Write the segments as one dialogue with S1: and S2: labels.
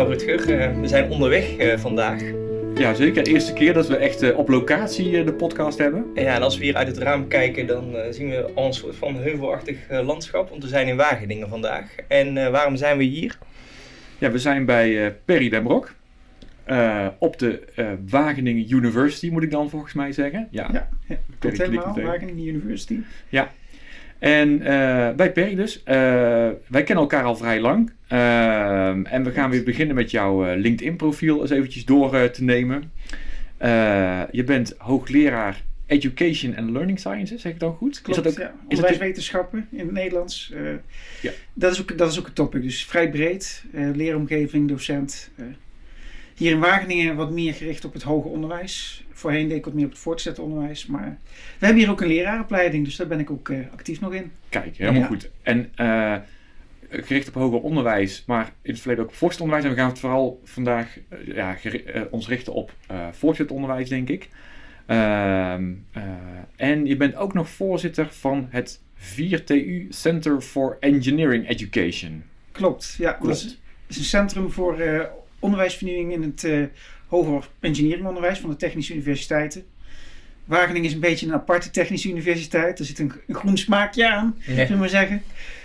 S1: Nou Rutger, we zijn onderweg vandaag.
S2: Ja, zeker. De eerste keer dat we echt op locatie de podcast hebben.
S1: Ja, en als we hier uit het raam kijken, dan zien we al een soort van heuvelachtig landschap. Want we zijn in Wageningen vandaag. En waarom zijn we hier?
S2: Ja, we zijn bij Perry den Brok. Op de Wageningen University, moet ik dan volgens mij zeggen.
S3: Ja, klopt helemaal. Wageningen University.
S2: Ja. En bij Perry dus. Wij kennen elkaar al vrij lang. En we gaan weer beginnen met jouw LinkedIn profiel eens eventjes door te nemen. Je bent hoogleraar Education and Learning Sciences, zeg ik dan goed?
S3: Klopt, is dat ook, onderwijswetenschappen in het Nederlands. Ja. Dat is ook het topic, dus vrij breed. Leeromgeving, docent. Hier in Wageningen wat meer gericht op het hoger onderwijs. Voorheen deed ik wat meer op het voortgezet onderwijs. Maar we hebben hier ook een leraaropleiding, dus daar ben ik ook actief nog in.
S2: Kijk, helemaal goed. En gericht op hoger onderwijs, maar in het verleden ook op voortgezet onderwijs. En we gaan het vooral vandaag ons richten op voortgezet onderwijs, denk ik. En je bent ook nog voorzitter van het 4TU Center for Engineering Education.
S3: Klopt, ja. Dat is een centrum voor onderwijsvernieuwing in het hoger engineeringonderwijs van de technische universiteiten. Wageningen is een beetje een aparte technische universiteit. Er zit een groen smaakje aan, zullen we maar zeggen.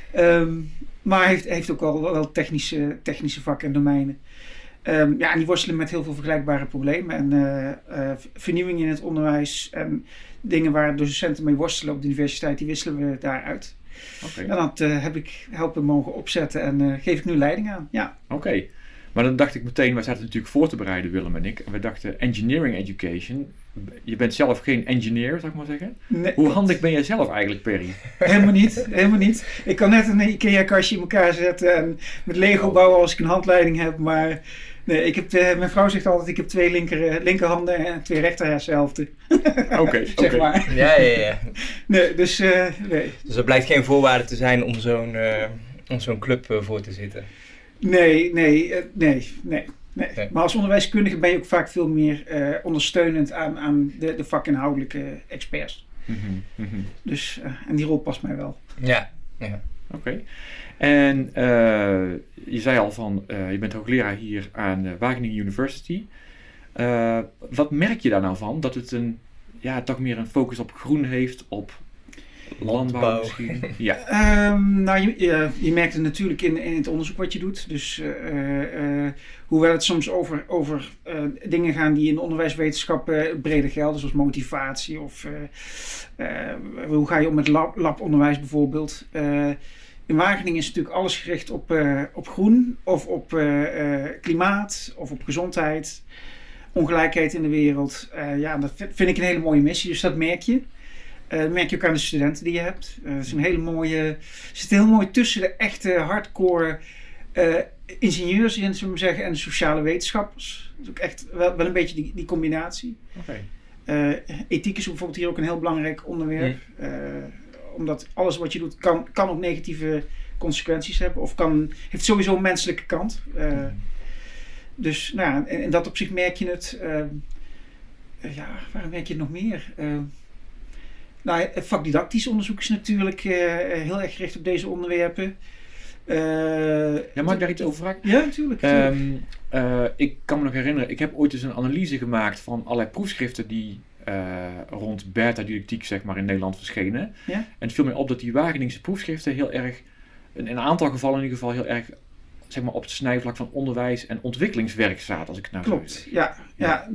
S3: Maar heeft ook wel technische vakken en domeinen. En die worstelen met heel veel vergelijkbare problemen. En vernieuwing in het onderwijs en dingen waar docenten mee worstelen op de universiteit, die wisselen we daaruit. Okay. En dat heb ik mogen opzetten en geef ik nu leiding aan. Ja.
S2: Oké. Maar dan dacht ik meteen, wij zaten natuurlijk voor te bereiden, Willem en ik. En we dachten, engineering education. Je bent zelf geen engineer, zou ik maar zeggen. Nee, hoe handig ben jij zelf eigenlijk, Perry?
S3: Helemaal niet. Ik kan net een IKEA-kastje in elkaar zetten en met Lego bouwen als ik een handleiding heb. Maar nee, mijn vrouw zegt altijd, ik heb 2 linkerhanden en 2 rechterhelften.
S2: Oké.
S3: Zeg maar.
S1: Ja.
S3: Nee, dus nee.
S1: Dus er blijkt geen voorwaarde te zijn om zo'n club voor te zitten?
S3: Nee. Maar als onderwijskundige ben je ook vaak veel meer ondersteunend aan de vakinhoudelijke experts. Mm-hmm. Dus, en die rol past mij wel.
S1: Ja.
S2: Oké. En je zei al van, je bent hoogleraar hier aan Wageningen University. Wat merk je daar nou van? Dat het toch meer een focus op groen heeft, op landbouw misschien?
S3: Ja. Je merkt het natuurlijk in het onderzoek wat je doet. Dus hoewel het soms over dingen gaan die in de onderwijswetenschappen breder gelden, zoals motivatie of hoe ga je om met labonderwijs bijvoorbeeld. In Wageningen is natuurlijk alles gericht op groen of op klimaat of op gezondheid, ongelijkheid in de wereld. Dat vind ik een hele mooie missie, dus dat merk je. Dat merk je ook aan de studenten die je hebt. Het is zit heel mooi tussen de echte hardcore ingenieurs in, zullen we zeggen, en de sociale wetenschappers. Dat is ook echt wel een beetje die combinatie. Okay. Ethiek is bijvoorbeeld hier ook een heel belangrijk onderwerp. Omdat alles wat je doet kan ook negatieve consequenties hebben. Of heeft sowieso een menselijke kant. Dus in dat opzicht merk je het. Waar merk je het nog meer? Vakdidactisch onderzoek is natuurlijk heel erg gericht op deze onderwerpen.
S2: Mag ik daar iets over vragen?
S3: Ja, natuurlijk.
S2: Ik kan me nog herinneren, ik heb ooit eens een analyse gemaakt van allerlei proefschriften die rond beta-didactiek zeg maar in Nederland verschenen. Ja? En het viel mij op dat die Wageningse proefschriften heel erg, in een aantal gevallen in ieder geval, heel erg zeg maar op het snijvlak van onderwijs en ontwikkelingswerk staat, als ik het nou
S3: klopt,
S2: zo
S3: ja.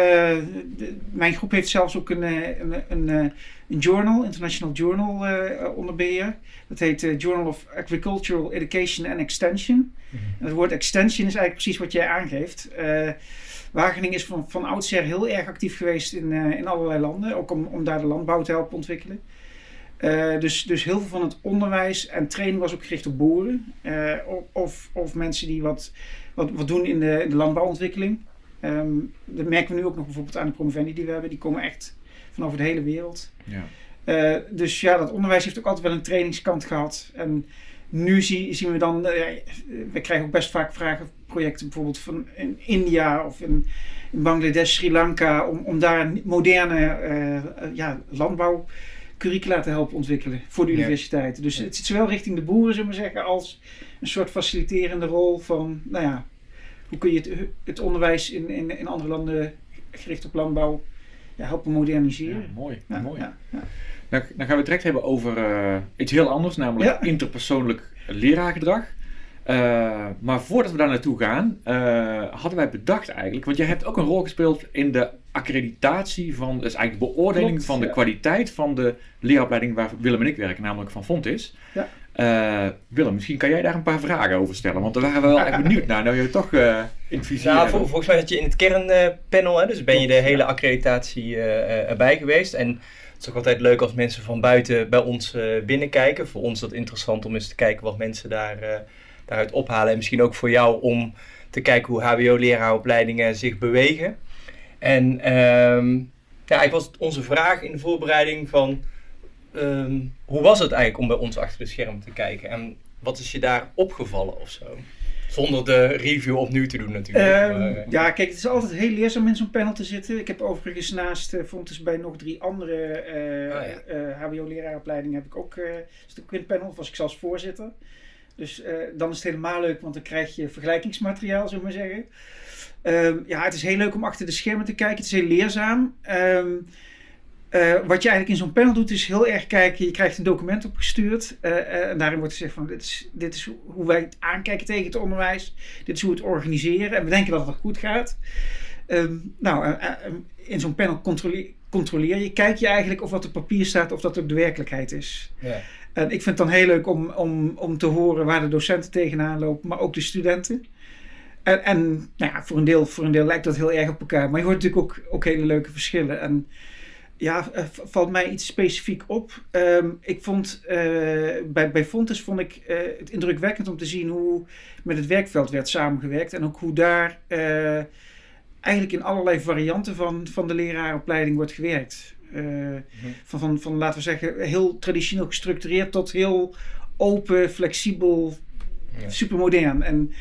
S3: Mijn groep heeft zelfs ook een journal, International Journal onder beheer. Dat heet Journal of Agricultural Education and Extension. Mm-hmm. En het woord extension is eigenlijk precies wat jij aangeeft. Wageningen is van oudsher heel erg actief geweest in allerlei landen, ook om daar de landbouw te helpen ontwikkelen. Dus heel veel van het onderwijs en training was ook gericht op boeren. Of mensen die wat doen in de landbouwontwikkeling. Dat merken we nu ook nog bijvoorbeeld aan de promovendi die we hebben. Die komen echt van over de hele wereld. Ja. Dus dat onderwijs heeft ook altijd wel een trainingskant gehad. En nu zien we dan, we krijgen ook best vaak vragen, projecten bijvoorbeeld van in India of in Bangladesh, Sri Lanka, om daar moderne landbouwcurricula te helpen ontwikkelen voor de universiteiten. Dus het zit zowel richting de boeren, zullen we zeggen, als een soort faciliterende rol van, hoe kun je het onderwijs in andere landen gericht op landbouw helpen moderniseren.
S2: Ja, mooi.
S3: Ja.
S2: Dan gaan we het direct hebben over iets heel anders, namelijk interpersoonlijk leraargedrag. Maar voordat we daar naartoe gaan, hadden wij bedacht eigenlijk, want jij hebt ook een rol gespeeld in de accreditatie van, dus eigenlijk beoordeling van de kwaliteit van de leraaropleiding waar Willem en ik werken, namelijk van Fontys. Ja. Willem, misschien kan jij daar een paar vragen over stellen, want daar waren we wel echt benieuwd naar. Nou, je toch in het vizier
S1: volgens mij zat je in het kernpanel, dus ben je de hele accreditatie erbij geweest. En het is ook altijd leuk als mensen van buiten bij ons binnenkijken. Voor ons is dat interessant om eens te kijken wat mensen daaruit ophalen. En misschien ook voor jou om te kijken hoe HBO-leraaropleidingen zich bewegen. En eigenlijk was het onze vraag in de voorbereiding van hoe was het eigenlijk om bij ons achter de schermen te kijken? En wat is je daar opgevallen of zo? Zonder de review opnieuw te doen natuurlijk.
S3: Kijk, het is altijd heel leerzaam in zo'n panel te zitten. Ik heb overigens naast Fontys bij nog 3 andere HBO-leraaropleidingen heb ik ook zit ook in het panel, of was ik zelfs voorzitter. Dus dan is het helemaal leuk, want dan krijg je vergelijkingsmateriaal, zullen we maar zeggen. Het is heel leuk om achter de schermen te kijken. Het is heel leerzaam. Wat je eigenlijk in zo'n panel doet, is heel erg kijken. Je krijgt een document opgestuurd. En daarin wordt gezegd van, dit is hoe wij het aankijken tegen het onderwijs. Dit is hoe we het organiseren. En we denken dat het goed gaat. In zo'n panel controleer je. Kijk je eigenlijk of wat op papier staat, of dat ook de werkelijkheid is. Ja. En ik vind het dan heel leuk om te horen waar de docenten tegenaan lopen, maar ook de studenten. En voor een deel lijkt dat heel erg op elkaar. Maar je hoort natuurlijk ook hele leuke verschillen. En valt mij iets specifiek op. Ik vond bij Fontys het indrukwekkend om te zien hoe met het werkveld werd samengewerkt. En ook hoe daar eigenlijk in allerlei varianten van de leraaropleiding wordt gewerkt. Van laten we zeggen, heel traditioneel gestructureerd tot heel open, flexibel, supermodern. En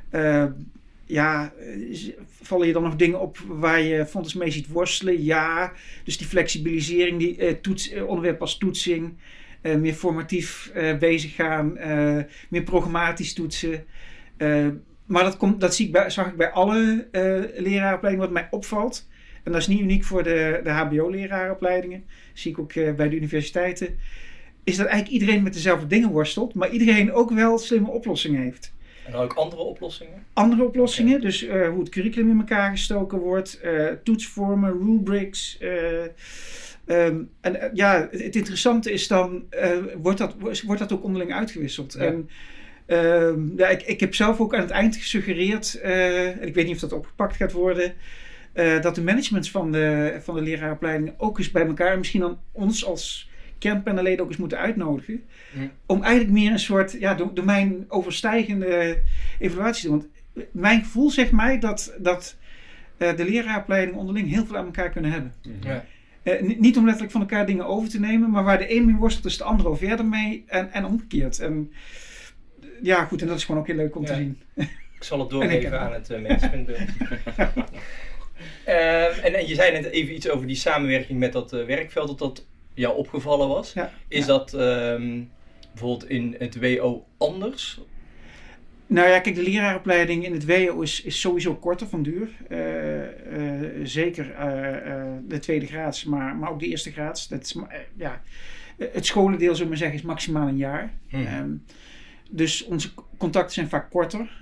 S3: vallen je dan nog dingen op waar je Fontys mee ziet worstelen? Ja, dus die flexibilisering, die onderwerp als toetsing, meer formatief bezig gaan, meer programmatisch toetsen. Maar dat zag ik bij alle leraaropleidingen wat mij opvalt. En dat is niet uniek voor de HBO-leraaropleidingen. Dat zie ik ook bij de universiteiten. Is dat eigenlijk iedereen met dezelfde dingen worstelt, maar iedereen ook wel slimme oplossingen heeft.
S1: En dan ook andere oplossingen?
S3: Andere oplossingen, dus hoe het curriculum in elkaar gestoken wordt, toetsvormen, rubrics. Het interessante is dan, wordt dat ook onderling uitgewisseld? Ja. En ik heb zelf ook aan het eind gesuggereerd, en ik weet niet of dat opgepakt gaat worden, dat de managements van de leraaropleidingen ook eens bij elkaar, misschien dan ons als kernpanelleden ook eens moeten uitnodigen. Om eigenlijk meer een soort domeinoverstijgende evaluatie te doen. Want mijn gevoel zegt mij dat de leraaropleidingen onderling heel veel aan elkaar kunnen hebben. Ja. Niet om letterlijk van elkaar dingen over te nemen, maar waar de een mee worstelt, is de ander al verder mee en omgekeerd. En en dat is gewoon ook heel leuk om te zien.
S1: Ik zal het doorgeven aan het managementbeeld. En je zei net even iets over die samenwerking met dat werkveld, dat jou opgevallen was. Ja, is dat bijvoorbeeld in het WO anders?
S3: Nou ja, kijk, de leraaropleiding in het WO is sowieso korter van duur. Zeker de tweede graads, maar ook de eerste graads. Dat is, het scholendeel, zullen we maar zeggen, is maximaal een jaar. Dus onze contacten zijn vaak korter.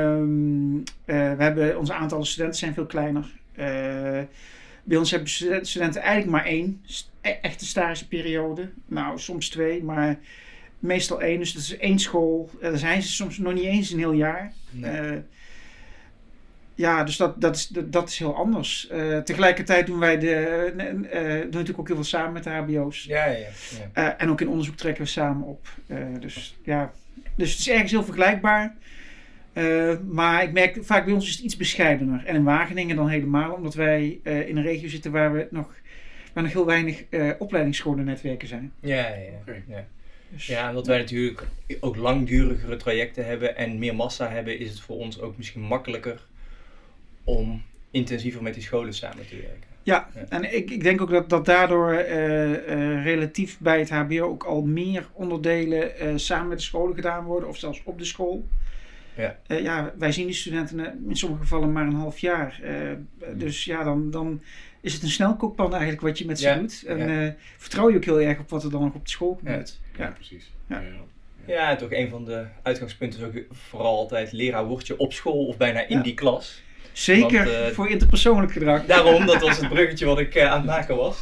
S3: Onze aantallen studenten zijn veel kleiner. Bij ons hebben studenten eigenlijk maar 1 echte stageperiode. Nou, soms 2, maar meestal 1. Dus dat is 1 school. Daar zijn ze soms nog niet eens een heel jaar. Nee. Dus dat is heel anders. Tegelijkertijd doen wij doen natuurlijk ook heel veel samen met de HBO's. Ja. En ook in onderzoek trekken we samen op. Dus het is ergens heel vergelijkbaar. Maar ik merk vaak bij ons is het iets bescheidener. En in Wageningen dan helemaal, omdat wij in een regio zitten waar nog heel weinig opleidingsscholen-netwerken zijn.
S1: Ja. Dus, omdat wij natuurlijk ook langdurigere trajecten hebben en meer massa hebben, is het voor ons ook misschien makkelijker om intensiever met die scholen samen te werken.
S3: Ja. En ik denk ook dat daardoor relatief bij het HBO ook al meer onderdelen samen met de scholen gedaan worden, of zelfs op de school. Wij zien die studenten in sommige gevallen maar een half jaar. Dus ja, dan is het een snelkookpan eigenlijk wat je met ze doet. En vertrouw je ook heel erg op wat er dan nog op de school gebeurt.
S2: Ja, precies.
S1: Ja, toch een van de uitgangspunten is ook vooral altijd leraar word je op school of bijna in die klas.
S3: Zeker voor interpersoonlijk gedrag.
S1: Daarom, dat was het bruggetje wat ik aan het maken was.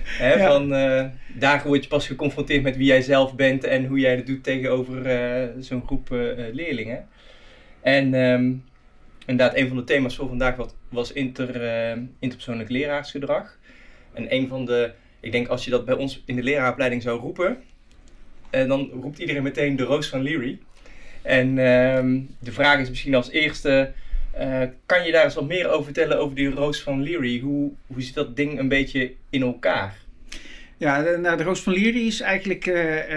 S1: Daar word je pas geconfronteerd met wie jij zelf bent en hoe jij het doet tegenover zo'n groep leerlingen. En inderdaad, een van de thema's voor vandaag was interpersoonlijk leraarsgedrag. En een van de, ik denk als je dat bij ons in de leraaropleiding zou roepen, dan roept iedereen meteen de Roos van Leary. En de vraag is misschien als eerste, kan je daar eens wat meer over vertellen over die Roos van Leary? Hoe zit dat ding een beetje in elkaar?
S3: Ja, de Roos van Leary is eigenlijk,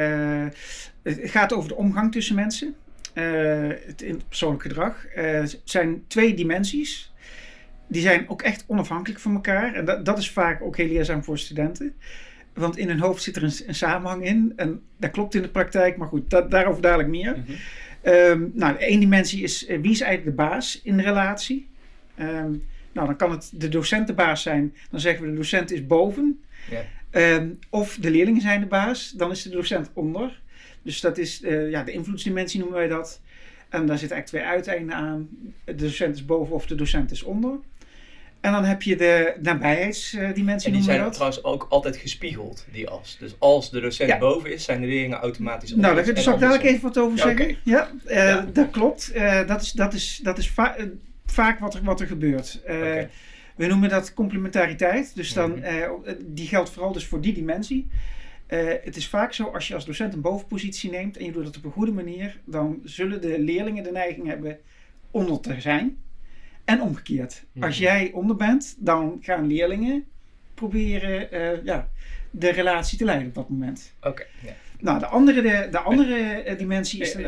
S3: het gaat over de omgang tussen mensen. Het interpersoonlijk gedrag. Het zijn 2 dimensies. Die zijn ook echt onafhankelijk van elkaar. En dat is vaak ook heel leerzaam voor studenten. Want in hun hoofd zit er een samenhang in. En dat klopt in de praktijk. Maar goed, daarover dadelijk meer. Mm-hmm. De ene dimensie is wie is eigenlijk de baas in de relatie. Dan kan het de docent de baas zijn. Dan zeggen we de docent is boven. Yeah. Of de leerlingen zijn de baas. Dan is de docent onder. Dus dat is de invloedsdimensie noemen wij dat. En daar zitten eigenlijk 2 uiteinden aan. De docent is boven of de docent is onder. En dan heb je de nabijheidsdimensie noemen we dat.
S1: En die zijn trouwens ook altijd gespiegeld, die as. Dus als de docent boven is, zijn de leerlingen automatisch onder.
S3: Nou, daar zal ik dadelijk even wat over zeggen. Okay. Dat klopt. Dat is vaak wat er gebeurt. We noemen dat complementariteit. Dus dan, die geldt vooral dus voor die dimensie. Het is vaak zo, als je als docent een bovenpositie neemt en je doet dat op een goede manier, dan zullen de leerlingen de neiging hebben onder te zijn. En omgekeerd. Als jij onder bent, dan gaan leerlingen proberen de relatie te leiden op dat moment.
S1: Oké.
S3: Nou, de andere dimensie is...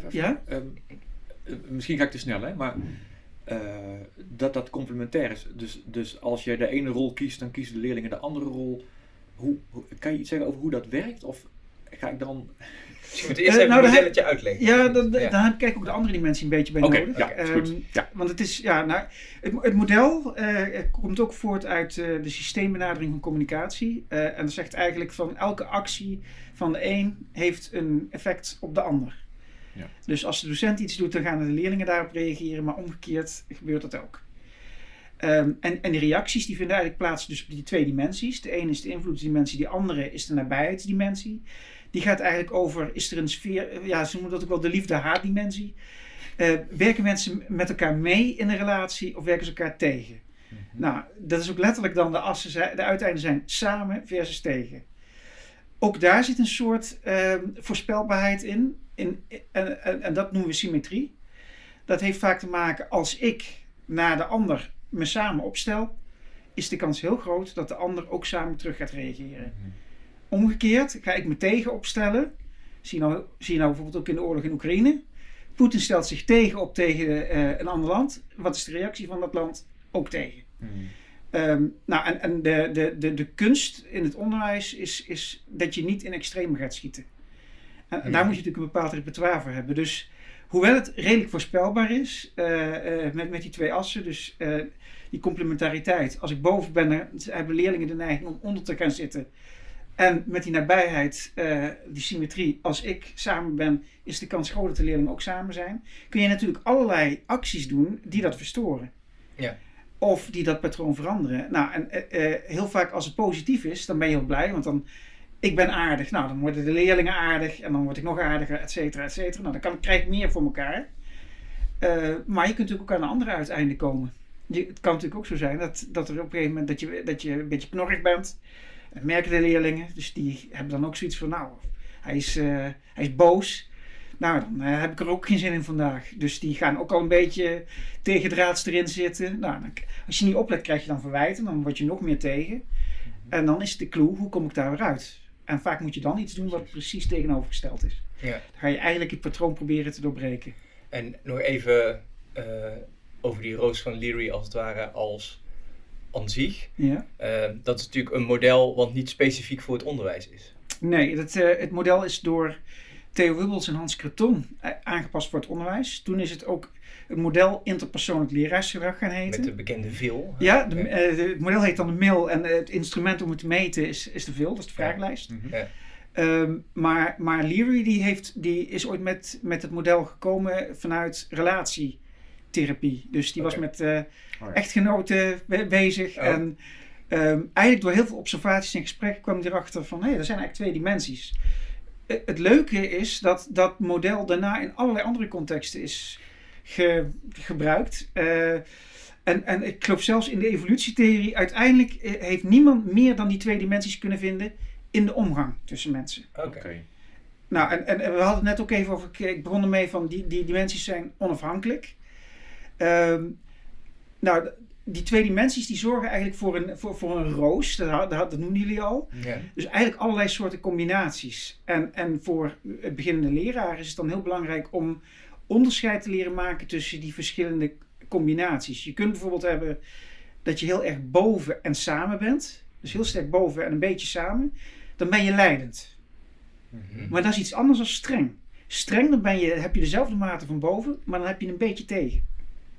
S2: misschien ga ik te snel, hè, maar dat complementair is. Dus als jij de ene rol kiest, dan kiezen de leerlingen de andere rol. Kan je iets zeggen over hoe dat werkt? Of ga ik dan...
S1: Je moet eerst even een modelletje uitleggen.
S3: Ja, daar heb ik ook de andere dimensie een beetje bij nodig.
S2: Ja, is goed.
S3: Want het is, het model komt ook voort uit de systeembenadering van communicatie. En dat zegt eigenlijk van elke actie van de een heeft een effect op de ander. Ja. Dus als de docent iets doet, dan gaan de leerlingen daarop reageren, maar omgekeerd gebeurt dat ook. En die reacties die vinden eigenlijk plaats dus op die 2 dimensies. De ene is de invloedsdimensie, die andere is de nabijheidsdimensie. Die gaat eigenlijk over, is er een sfeer, ze noemen dat ook wel de liefde-haat-dimensie. Werken mensen met elkaar mee in een relatie of werken ze elkaar tegen? Mm-hmm. Nou, dat is ook letterlijk dan de uiteinden zijn samen versus tegen. Ook daar zit een soort voorspelbaarheid in. En dat noemen we symmetrie. Dat heeft vaak te maken als ik naar de ander me samen opstel, is de kans heel groot dat de ander ook samen terug gaat reageren. Mm-hmm. Omgekeerd ga ik me tegen opstellen. Zie je nou bijvoorbeeld ook in de oorlog in Oekraïne. Poetin stelt zich tegen een ander land. Wat is de reactie van dat land? Ook tegen. De kunst in het onderwijs is dat je niet in extreme gaat schieten. En daar moet je natuurlijk een bepaald repertoire voor hebben. Dus hoewel het redelijk voorspelbaar is met die 2 assen, dus die complementariteit. Als ik boven ben, dan hebben leerlingen de neiging om onder te gaan zitten. En met die nabijheid, die symmetrie, als ik samen ben, is de kans groot dat de leerlingen ook samen zijn. Kun je natuurlijk allerlei acties doen die dat verstoren. Ja. Of die dat patroon veranderen. Nou, en heel vaak als het positief is, dan ben je heel blij. Want dan, ik ben aardig. Nou, dan worden de leerlingen aardig. En dan word ik nog aardiger, et cetera, et cetera. Nou, dan krijg ik meer voor elkaar. Maar je kunt natuurlijk ook aan een andere uiteinde komen. Het kan natuurlijk ook zo zijn dat er op een gegeven moment dat je een beetje knorrig bent. Dat merken de leerlingen. Dus die hebben dan ook zoiets van, nou, hij is boos. Nou, dan heb ik er ook geen zin in vandaag. Dus die gaan ook al een beetje tegendraads erin zitten. Nou, als je niet oplet, krijg je dan verwijten. Dan word je nog meer tegen. En dan is de clue, hoe kom ik daar weer uit? En vaak moet je dan iets doen wat precies tegenovergesteld is. Ja. Dan ga je eigenlijk het patroon proberen te doorbreken.
S1: En nog even over die Roos van Leary als het ware als aan zich. Ja. Dat is natuurlijk een model wat niet specifiek voor het onderwijs is.
S3: Nee, het model is door Theo Wubbels en Hans Creton aangepast voor het onderwijs. Toen is het ook het model interpersoonlijk leraarsgedrag gaan heten.
S1: Met de bekende VIL.
S3: Ja, het model heet dan de MIL en het instrument om het te meten is de VIL, dat is de vragenlijst.
S1: Ja.
S3: Maar Leary die is ooit met het model gekomen vanuit relatietherapie. Dus die was met echtgenoten bezig. Oh. En eigenlijk door heel veel observaties en gesprekken kwam hij erachter van er zijn eigenlijk 2 dimensies. Het leuke is dat dat model daarna in allerlei andere contexten is gebruikt. En ik geloof zelfs in de evolutietheorie, uiteindelijk heeft niemand meer dan die 2 dimensies kunnen vinden in de omgang tussen mensen.
S1: Oké.
S3: Nou, en we hadden het net ook even over, ik begon ermee van die dimensies zijn onafhankelijk. Nou, die 2 dimensies die zorgen eigenlijk voor een roos, dat noemden jullie al. Ja. Dus eigenlijk allerlei soorten combinaties. En voor het beginnende leraar is het dan heel belangrijk om onderscheid te leren maken tussen die verschillende combinaties. Je kunt bijvoorbeeld hebben dat je heel erg boven en samen bent. Dus heel sterk boven en een beetje samen. Dan ben je leidend. Mm-hmm. Maar dat is iets anders dan streng. Streng, dan heb je dezelfde mate van boven, maar dan heb je een beetje tegen.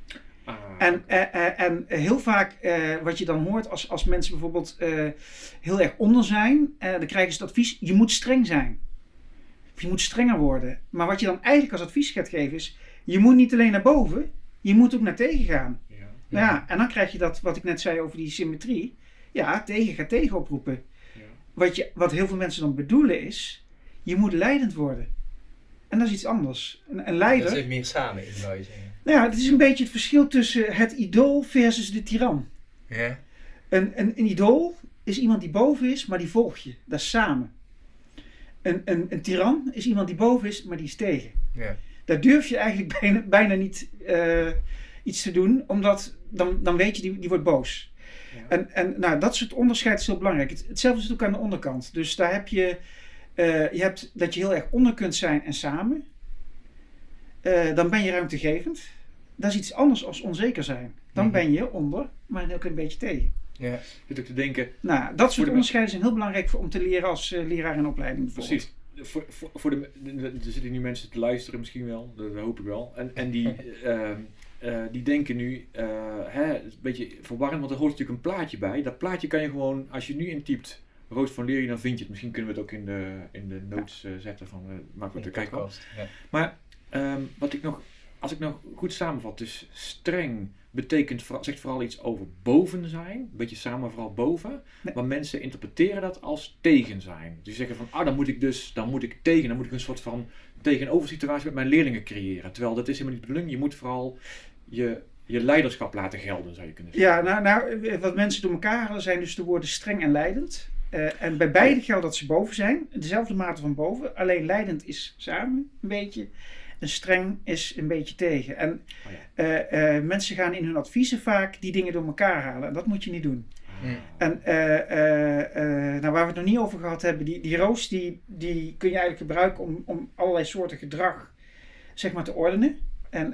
S3: En heel vaak wat je dan hoort als mensen bijvoorbeeld heel erg onder zijn, dan krijgen ze het advies, je moet streng zijn. Of je moet strenger worden. Maar wat je dan eigenlijk als advies gaat geven is, je moet niet alleen naar boven, je moet ook naar tegen gaan. Ja. Nou ja, en dan krijg je dat wat ik net zei over die symmetrie. Ja, tegen gaat tegen oproepen. Ja. Wat heel veel mensen dan bedoelen is, je moet leidend worden. En dat is iets anders. Een leider...
S1: Dat is meer samen in zou je zeggen.
S3: Nou ja, het is een beetje het verschil tussen het idool versus de tiran.
S1: Ja.
S3: Een idool is iemand die boven is, maar die volg je. Dat is samen. Een tiran is iemand die boven is, maar die is tegen. Ja. Daar durf je eigenlijk bijna niet iets te doen, omdat dan weet je, die wordt boos. Ja. En nou, dat soort onderscheid is heel belangrijk. Hetzelfde is ook aan de onderkant. Dus daar heb je hebt dat je heel erg onder kunt zijn en samen. Dan ben je ruimtegevend. Dat is iets anders als onzeker zijn. Dan ben je onder, maar een heel klein beetje tegen.
S2: Ja. Ik zit ook te denken...
S3: Nou, dat soort onderscheiden zijn heel belangrijk om te leren als leraar in opleiding bijvoorbeeld.
S2: Precies. Er zitten nu mensen te luisteren misschien wel, dat hoop ik wel. En die denken nu, het is een beetje verwarrend, want er hoort natuurlijk een plaatje bij. Dat plaatje kan je gewoon, als je nu intypt Roos van Leering, dan vind je het. Misschien kunnen we het ook in de notes zetten van maak we de kijkpost. Ja. Maar als ik nog goed samenvat, dus streng zegt vooral iets over boven zijn, een beetje samen vooral boven, maar mensen interpreteren dat als tegen zijn. Dus zeggen van, dan moet ik een soort van tegenover situatie met mijn leerlingen creëren. Terwijl dat is helemaal niet de bedoeling. Je moet vooral je leiderschap laten gelden, zou je kunnen zeggen.
S3: Ja, nou wat mensen door elkaar halen zijn dus de woorden streng en leidend. En bij beide geldt dat ze boven zijn, dezelfde mate van boven. Alleen leidend is samen een beetje. En streng is een beetje tegen. En mensen gaan in hun adviezen vaak die dingen door elkaar halen. En dat moet je niet doen. En waar we het nog niet over gehad hebben, die roos die kun je eigenlijk gebruiken om allerlei soorten gedrag zeg maar te ordenen. En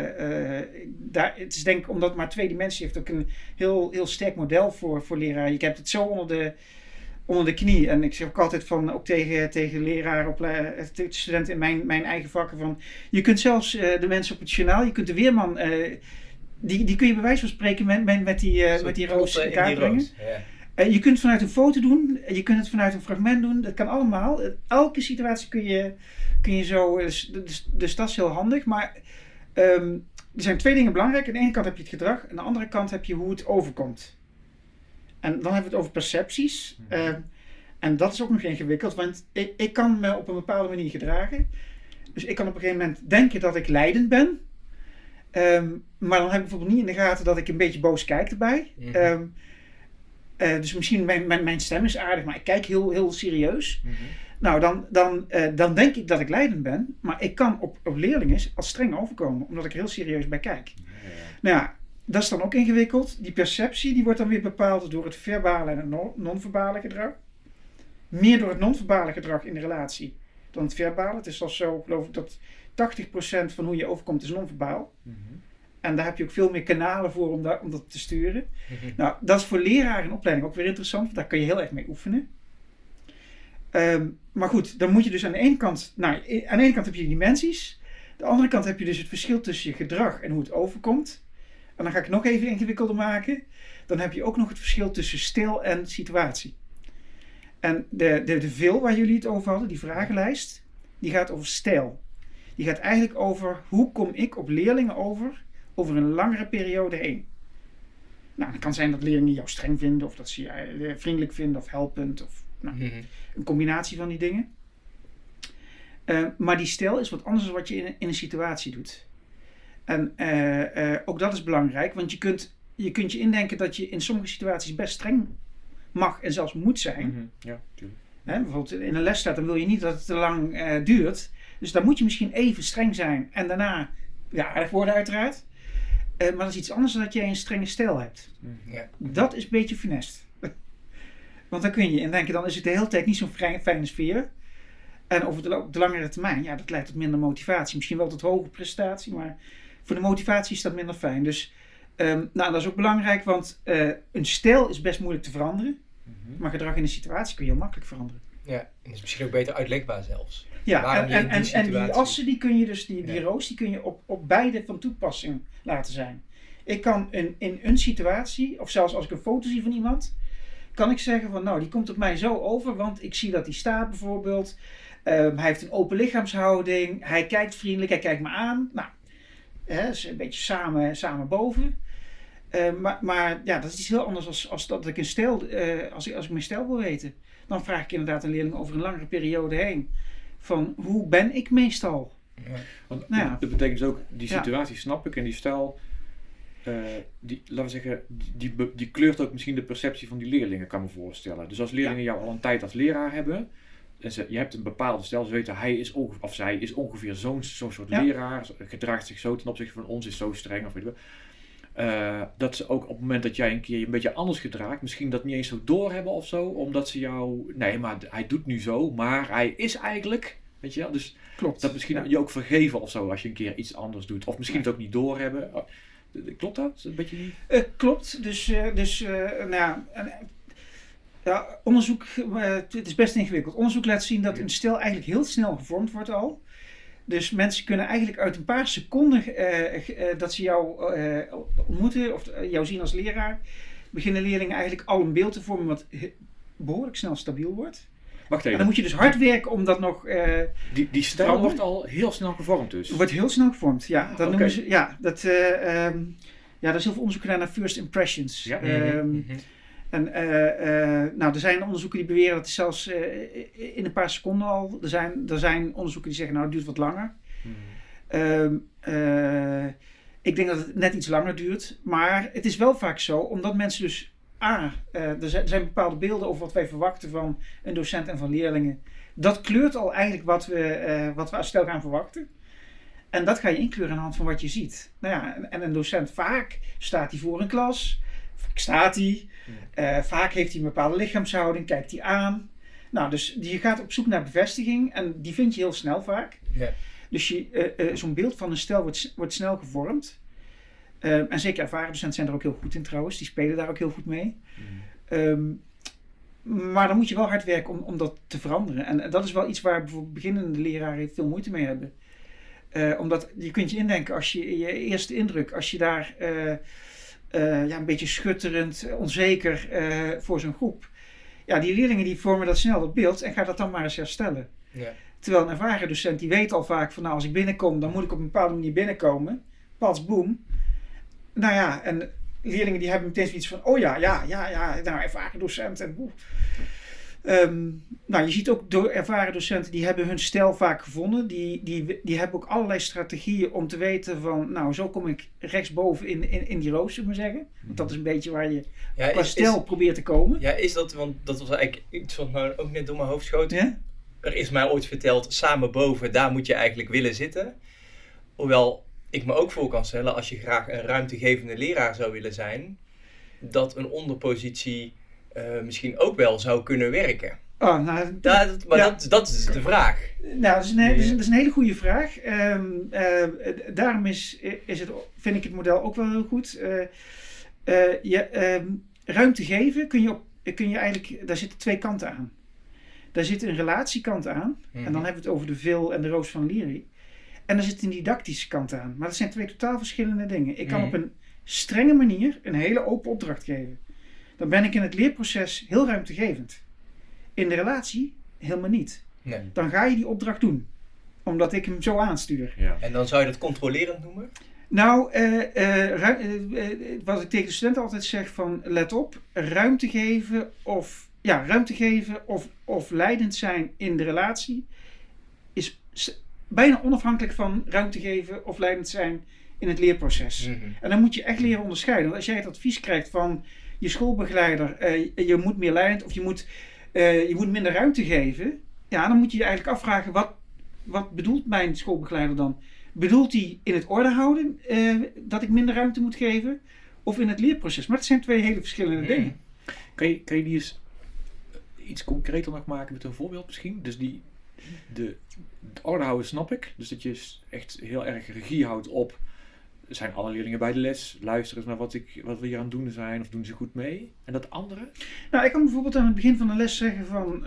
S3: het is denk ik omdat het maar 2 dimensies heeft ook een heel sterk model voor leraren. Je hebt het zo onder de knie. En ik zeg ook altijd van, ook tegen leraren, studenten in mijn eigen vakken van, je kunt zelfs de mensen op het journaal, je kunt de weerman, die kun je bij wijze van spreken met die roos in kaart brengen. Ja. Je kunt het vanuit een foto doen, je kunt het vanuit een fragment doen, dat kan allemaal. Elke situatie kun je zo, dus dat is heel handig. Maar er zijn 2 dingen belangrijk. Aan de ene kant heb je het gedrag, aan de andere kant heb je hoe het overkomt. En dan hebben we het over percepties. En dat is ook nog ingewikkeld, want ik kan me op een bepaalde manier gedragen. Dus ik kan op een gegeven moment denken dat ik leidend ben. Maar dan heb ik bijvoorbeeld niet in de gaten dat ik een beetje boos kijk erbij. Mm-hmm. Dus misschien mijn stem is aardig, maar ik kijk heel serieus. Mm-hmm. Nou, dan denk ik dat ik leidend ben. Maar ik kan op leerlingen als streng overkomen, omdat ik er heel serieus bij kijk. Ja. Nou ja, dat is dan ook ingewikkeld. Die perceptie die wordt dan weer bepaald door het verbale en het non-verbale gedrag. Meer door het non-verbale gedrag in de relatie dan het verbale. Het is al zo, geloof ik, dat 80% van hoe je overkomt is non-verbaal. Mm-hmm. En daar heb je ook veel meer kanalen voor om dat te sturen. Mm-hmm. Nou, dat is voor leraren in opleiding ook weer interessant, want daar kun je heel erg mee oefenen. Maar goed, dan moet je dus aan de ene kant heb je dimensies. De andere kant heb je dus het verschil tussen je gedrag en hoe het overkomt. En dan ga ik het nog even ingewikkelder maken. Dan heb je ook nog het verschil tussen stijl en situatie. En de veel waar jullie het over hadden, die vragenlijst, die gaat over stijl. Die gaat eigenlijk over hoe kom ik op leerlingen over een langere periode heen. Nou, het kan zijn dat leerlingen jou streng vinden, of dat ze je vriendelijk vinden, of helpend, of een combinatie van die dingen. Maar die stijl is wat anders dan wat je in een situatie doet. En ook dat is belangrijk, want je kunt je indenken dat je in sommige situaties best streng mag en zelfs moet zijn.
S2: Ja, tuurlijk.
S3: Bijvoorbeeld in een les staat, dan wil je niet dat het te lang duurt. Dus dan moet je misschien even streng zijn en daarna aardig worden uiteraard. Maar dat is iets anders dan dat jij een strenge stijl hebt.
S1: Ja.
S3: Dat is een beetje funest. Want dan kun je indenken, dan is het de hele tijd niet zo'n fijne sfeer. En over de langere termijn, dat leidt tot minder motivatie. Misschien wel tot hoge prestatie, maar voor de motivatie is dat minder fijn. Dus dat is ook belangrijk, want een stijl is best moeilijk te veranderen. Maar gedrag in een situatie kun je heel makkelijk veranderen.
S1: Ja, en dat is misschien ook beter uitlegbaar zelfs.
S3: Ja, en die assen, die kun je dus, die roos, die kun je op beide van toepassing laten zijn. Ik kan in een situatie, of zelfs als ik een foto zie van iemand, kan ik zeggen van die komt op mij zo over, want ik zie dat hij staat bijvoorbeeld. Hij heeft een open lichaamshouding, hij kijkt vriendelijk, hij kijkt me aan. Nou, is een beetje samen boven. Maar dat is iets heel anders als dat ik een stijl, als ik mijn stijl wil weten. Dan vraag ik inderdaad een leerling over een langere periode heen. Van hoe ben ik meestal?
S2: Ja. Want dat betekent dus ook, die situatie snap ik en die stijl, laten we zeggen, die kleurt ook misschien de perceptie van die leerlingen, kan me voorstellen. Dus als leerlingen jou al een tijd als leraar hebben, en je hebt een bepaalde stijl, ze weten hij is of zij is ongeveer zo'n soort leraar, gedraagt zich zo ten opzichte van ons, is zo streng of weet je wel. Dat ze ook op het moment dat jij een keer je een beetje anders gedraagt, misschien dat niet eens zo doorhebben of zo, omdat ze jou, nee, maar hij doet nu zo, maar hij is eigenlijk, weet je wel, dus
S3: klopt. Dat
S2: misschien je ook vergeven of zo als je een keer iets anders doet, of misschien het ook niet doorhebben. Klopt dat? Is dat een beetje niet?
S3: Klopt, onderzoek, het is best ingewikkeld. Onderzoek laat zien dat een stijl eigenlijk heel snel gevormd wordt al. Dus mensen kunnen eigenlijk uit een paar seconden dat ze jou ontmoeten of jou zien als leraar, beginnen leerlingen eigenlijk al een beeld te vormen wat behoorlijk snel stabiel wordt.
S2: Wacht even.
S3: En dan moet je dus hard werken om dat nog
S2: die stijl wordt al heel snel gevormd dus?
S3: Wordt heel snel gevormd, ja. Dat noemen ze, er is heel veel onderzoek gedaan naar first impressions.
S2: Ja.
S3: En er zijn onderzoeken die beweren dat het zelfs in een paar seconden al. Er zijn onderzoeken die zeggen, het duurt wat langer. Ik denk dat het net iets langer duurt. Maar het is wel vaak zo, omdat mensen dus... er zijn bepaalde beelden over wat wij verwachten van een docent en van leerlingen. Dat kleurt al eigenlijk wat we als stijl gaan verwachten. En dat ga je inkleuren aan de hand van wat je ziet. En een docent, vaak staat hij voor een klas... vaak heeft hij een bepaalde lichaamshouding, kijkt hij aan. Dus je gaat op zoek naar bevestiging en die vind je heel snel vaak.
S1: Ja.
S3: Dus zo'n beeld van een stijl wordt snel gevormd. En zeker ervaren docenten zijn er ook heel goed in trouwens, die spelen daar ook heel goed mee. Maar dan moet je wel hard werken om dat te veranderen. En dat is wel iets waar bijvoorbeeld beginnende leraren veel moeite mee hebben. Omdat je kunt je indenken, als je eerste indruk, als je daar... een beetje schutterend, onzeker voor zo'n groep. Die leerlingen die vormen dat snel, dat beeld, en gaan dat dan maar eens herstellen.
S1: Ja.
S3: Terwijl een ervaren docent, die weet al vaak van, als ik binnenkom, dan moet ik op een bepaalde manier binnenkomen. Pats, boem. En leerlingen die hebben meteen zoiets van, ervaren docent. En, je ziet ook door ervaren docenten, die hebben hun stijl vaak gevonden. Die hebben ook allerlei strategieën om te weten van, zo kom ik rechtsboven in die roos, zullen we maar zeggen. Want dat is een beetje waar je qua stijl probeert te komen.
S1: Ja, is dat, want dat was eigenlijk iets wat nou ook net door mijn hoofd schoot.
S3: Ja?
S1: Er is mij ooit verteld, samen boven, daar moet je eigenlijk willen zitten. Hoewel ik me ook voor kan stellen, als je graag een ruimtegevende leraar zou willen zijn, dat een onderpositie misschien ook wel zou kunnen werken. Dat is de vraag.
S3: Dat is een hele goede vraag. Daarom vind ik het model ook wel heel goed. Ruimte geven kun je eigenlijk, daar zitten twee kanten aan. Daar zit een relatiekant aan. En dan hebben we het over de Vil en de Roos van Lieri. En daar zit een didactische kant aan. Maar dat zijn 2 totaal verschillende dingen. Ik kan op een strenge manier een hele open opdracht geven. Dan ben ik in het leerproces heel ruimtegevend. In de relatie helemaal niet.
S1: Nee.
S3: Dan ga je die opdracht doen. Omdat ik hem zo aanstuur.
S2: Ja.
S1: En dan zou je dat controlerend noemen?
S3: Nou, wat ik tegen de studenten altijd zeg van let op, ruimte geven of leidend zijn in de relatie is bijna onafhankelijk van ruimte geven of leidend zijn in het leerproces. Mm-hmm. En dan moet je echt leren onderscheiden. Want als jij het advies krijgt van je schoolbegeleider, je moet meer leidend of je moet minder ruimte geven, ja, dan moet je je eigenlijk afvragen, wat bedoelt mijn schoolbegeleider dan? Bedoelt hij in het orde houden dat ik minder ruimte moet geven? Of in het leerproces? Maar dat zijn 2 hele verschillende dingen.
S2: Kan je die eens iets concreter nog maken met een voorbeeld misschien? Dus het orde houden snap ik. Dus dat je echt heel erg regie houdt op. Zijn alle leerlingen bij de les? Luisteren eens naar wat we hier aan het doen zijn. Of doen ze goed mee? En dat andere? Nou,
S3: ik kan bijvoorbeeld aan het begin van de les zeggen van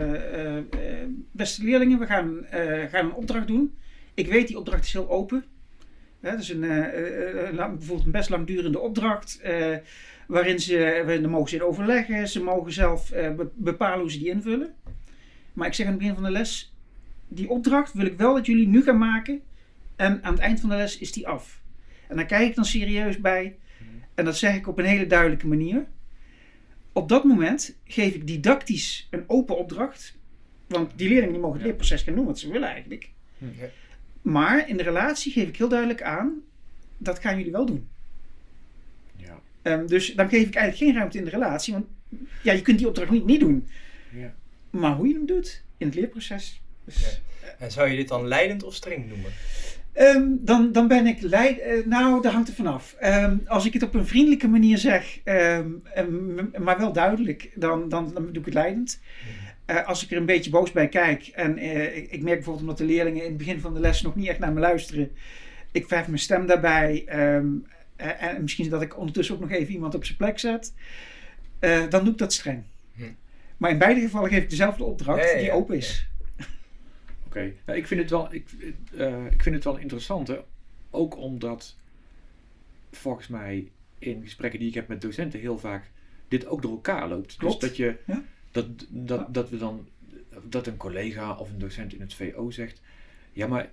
S3: beste leerlingen, we gaan een opdracht doen. Ik weet, die opdracht is heel open. Dat is bijvoorbeeld een best langdurende opdracht. Waarin daar mogen ze in overleggen. Ze mogen zelf bepalen hoe ze die invullen. Maar ik zeg aan het begin van de les, die opdracht wil ik wel dat jullie nu gaan maken. En aan het eind van de les is die af. En daar kijk ik dan serieus bij. En dat zeg ik op een hele duidelijke manier. Op dat moment geef ik didactisch een open opdracht. Want die leerlingen die mogen het leerproces gaan doen wat ze willen eigenlijk. Ja. Maar in de relatie geef ik heel duidelijk aan, dat gaan jullie wel doen. Ja. Dus dan geef ik eigenlijk geen ruimte in de relatie. Want ja, je kunt die opdracht niet doen. Ja. Maar hoe je hem doet in het leerproces. Dus,
S1: en zou je dit dan leidend of streng noemen?
S3: Dan ben ik nou, daar hangt er vanaf. Als ik het op een vriendelijke manier zeg, maar wel duidelijk, dan doe ik het leidend. Als ik er een beetje boos bij kijk en ik merk bijvoorbeeld omdat de leerlingen in het begin van de les nog niet echt naar me luisteren, ik verhef mijn stem daarbij en misschien dat ik ondertussen ook nog even iemand op zijn plek zet, dan doe ik dat streng. Maar in beide gevallen geef ik dezelfde opdracht die open is.
S2: Oké. Nou, ik vind het wel interessant, hè? Ook omdat volgens mij in gesprekken die ik heb met docenten heel vaak dit ook door elkaar loopt.
S3: Klopt.
S2: Dus dat je dat een collega of een docent in het VO zegt, ja, maar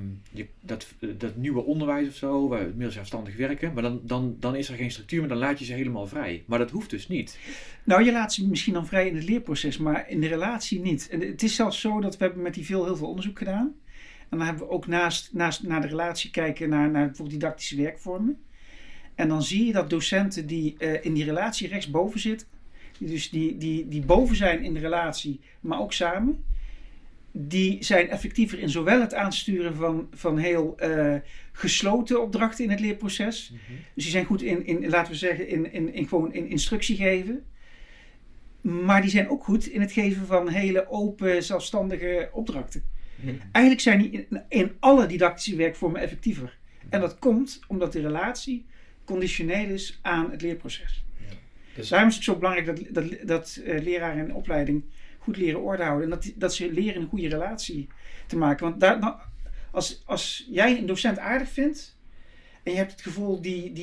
S2: dat nieuwe onderwijs of zo, waar we meer zelfstandig werken, maar dan is er geen structuur, maar dan laat je ze helemaal vrij. Maar dat hoeft dus niet.
S3: Nou, je laat ze misschien dan vrij in het leerproces, maar in de relatie niet. En het is zelfs zo dat we hebben met die heel veel onderzoek gedaan. En dan hebben we ook naast naar de relatie kijken naar bijvoorbeeld didactische werkvormen. En dan zie je dat docenten die in die relatie rechtsboven zitten, dus die boven zijn in de relatie, maar ook samen, die zijn effectiever in zowel het aansturen van heel gesloten opdrachten in het leerproces. Mm-hmm. Dus die zijn goed in laten we zeggen, in instructie geven. Maar die zijn ook goed in het geven van hele open, zelfstandige opdrachten. Mm-hmm. Eigenlijk zijn die in alle didactische werkvormen effectiever. Mm-hmm. En dat komt omdat de relatie conditioneel is aan het leerproces. Ja. Dus daarom is het zo belangrijk dat leraren in opleiding goed leren orde houden. En dat ze leren een goede relatie te maken. Want als jij een docent aardig vindt en je hebt het gevoel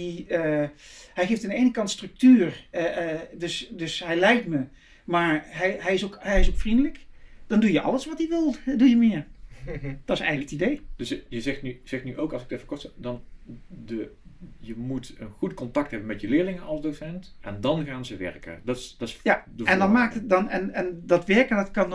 S3: hij geeft aan de ene kant structuur, dus hij leidt me, maar hij is ook vriendelijk, dan doe je alles wat hij wil, doe je meer. Dat is eigenlijk het idee.
S2: Dus je zegt nu ook, als ik het even kort zeg, dan je moet een goed contact hebben met je leerlingen als docent en dan gaan ze werken. Dat is
S3: ja, en dan maakt het dan en dat werken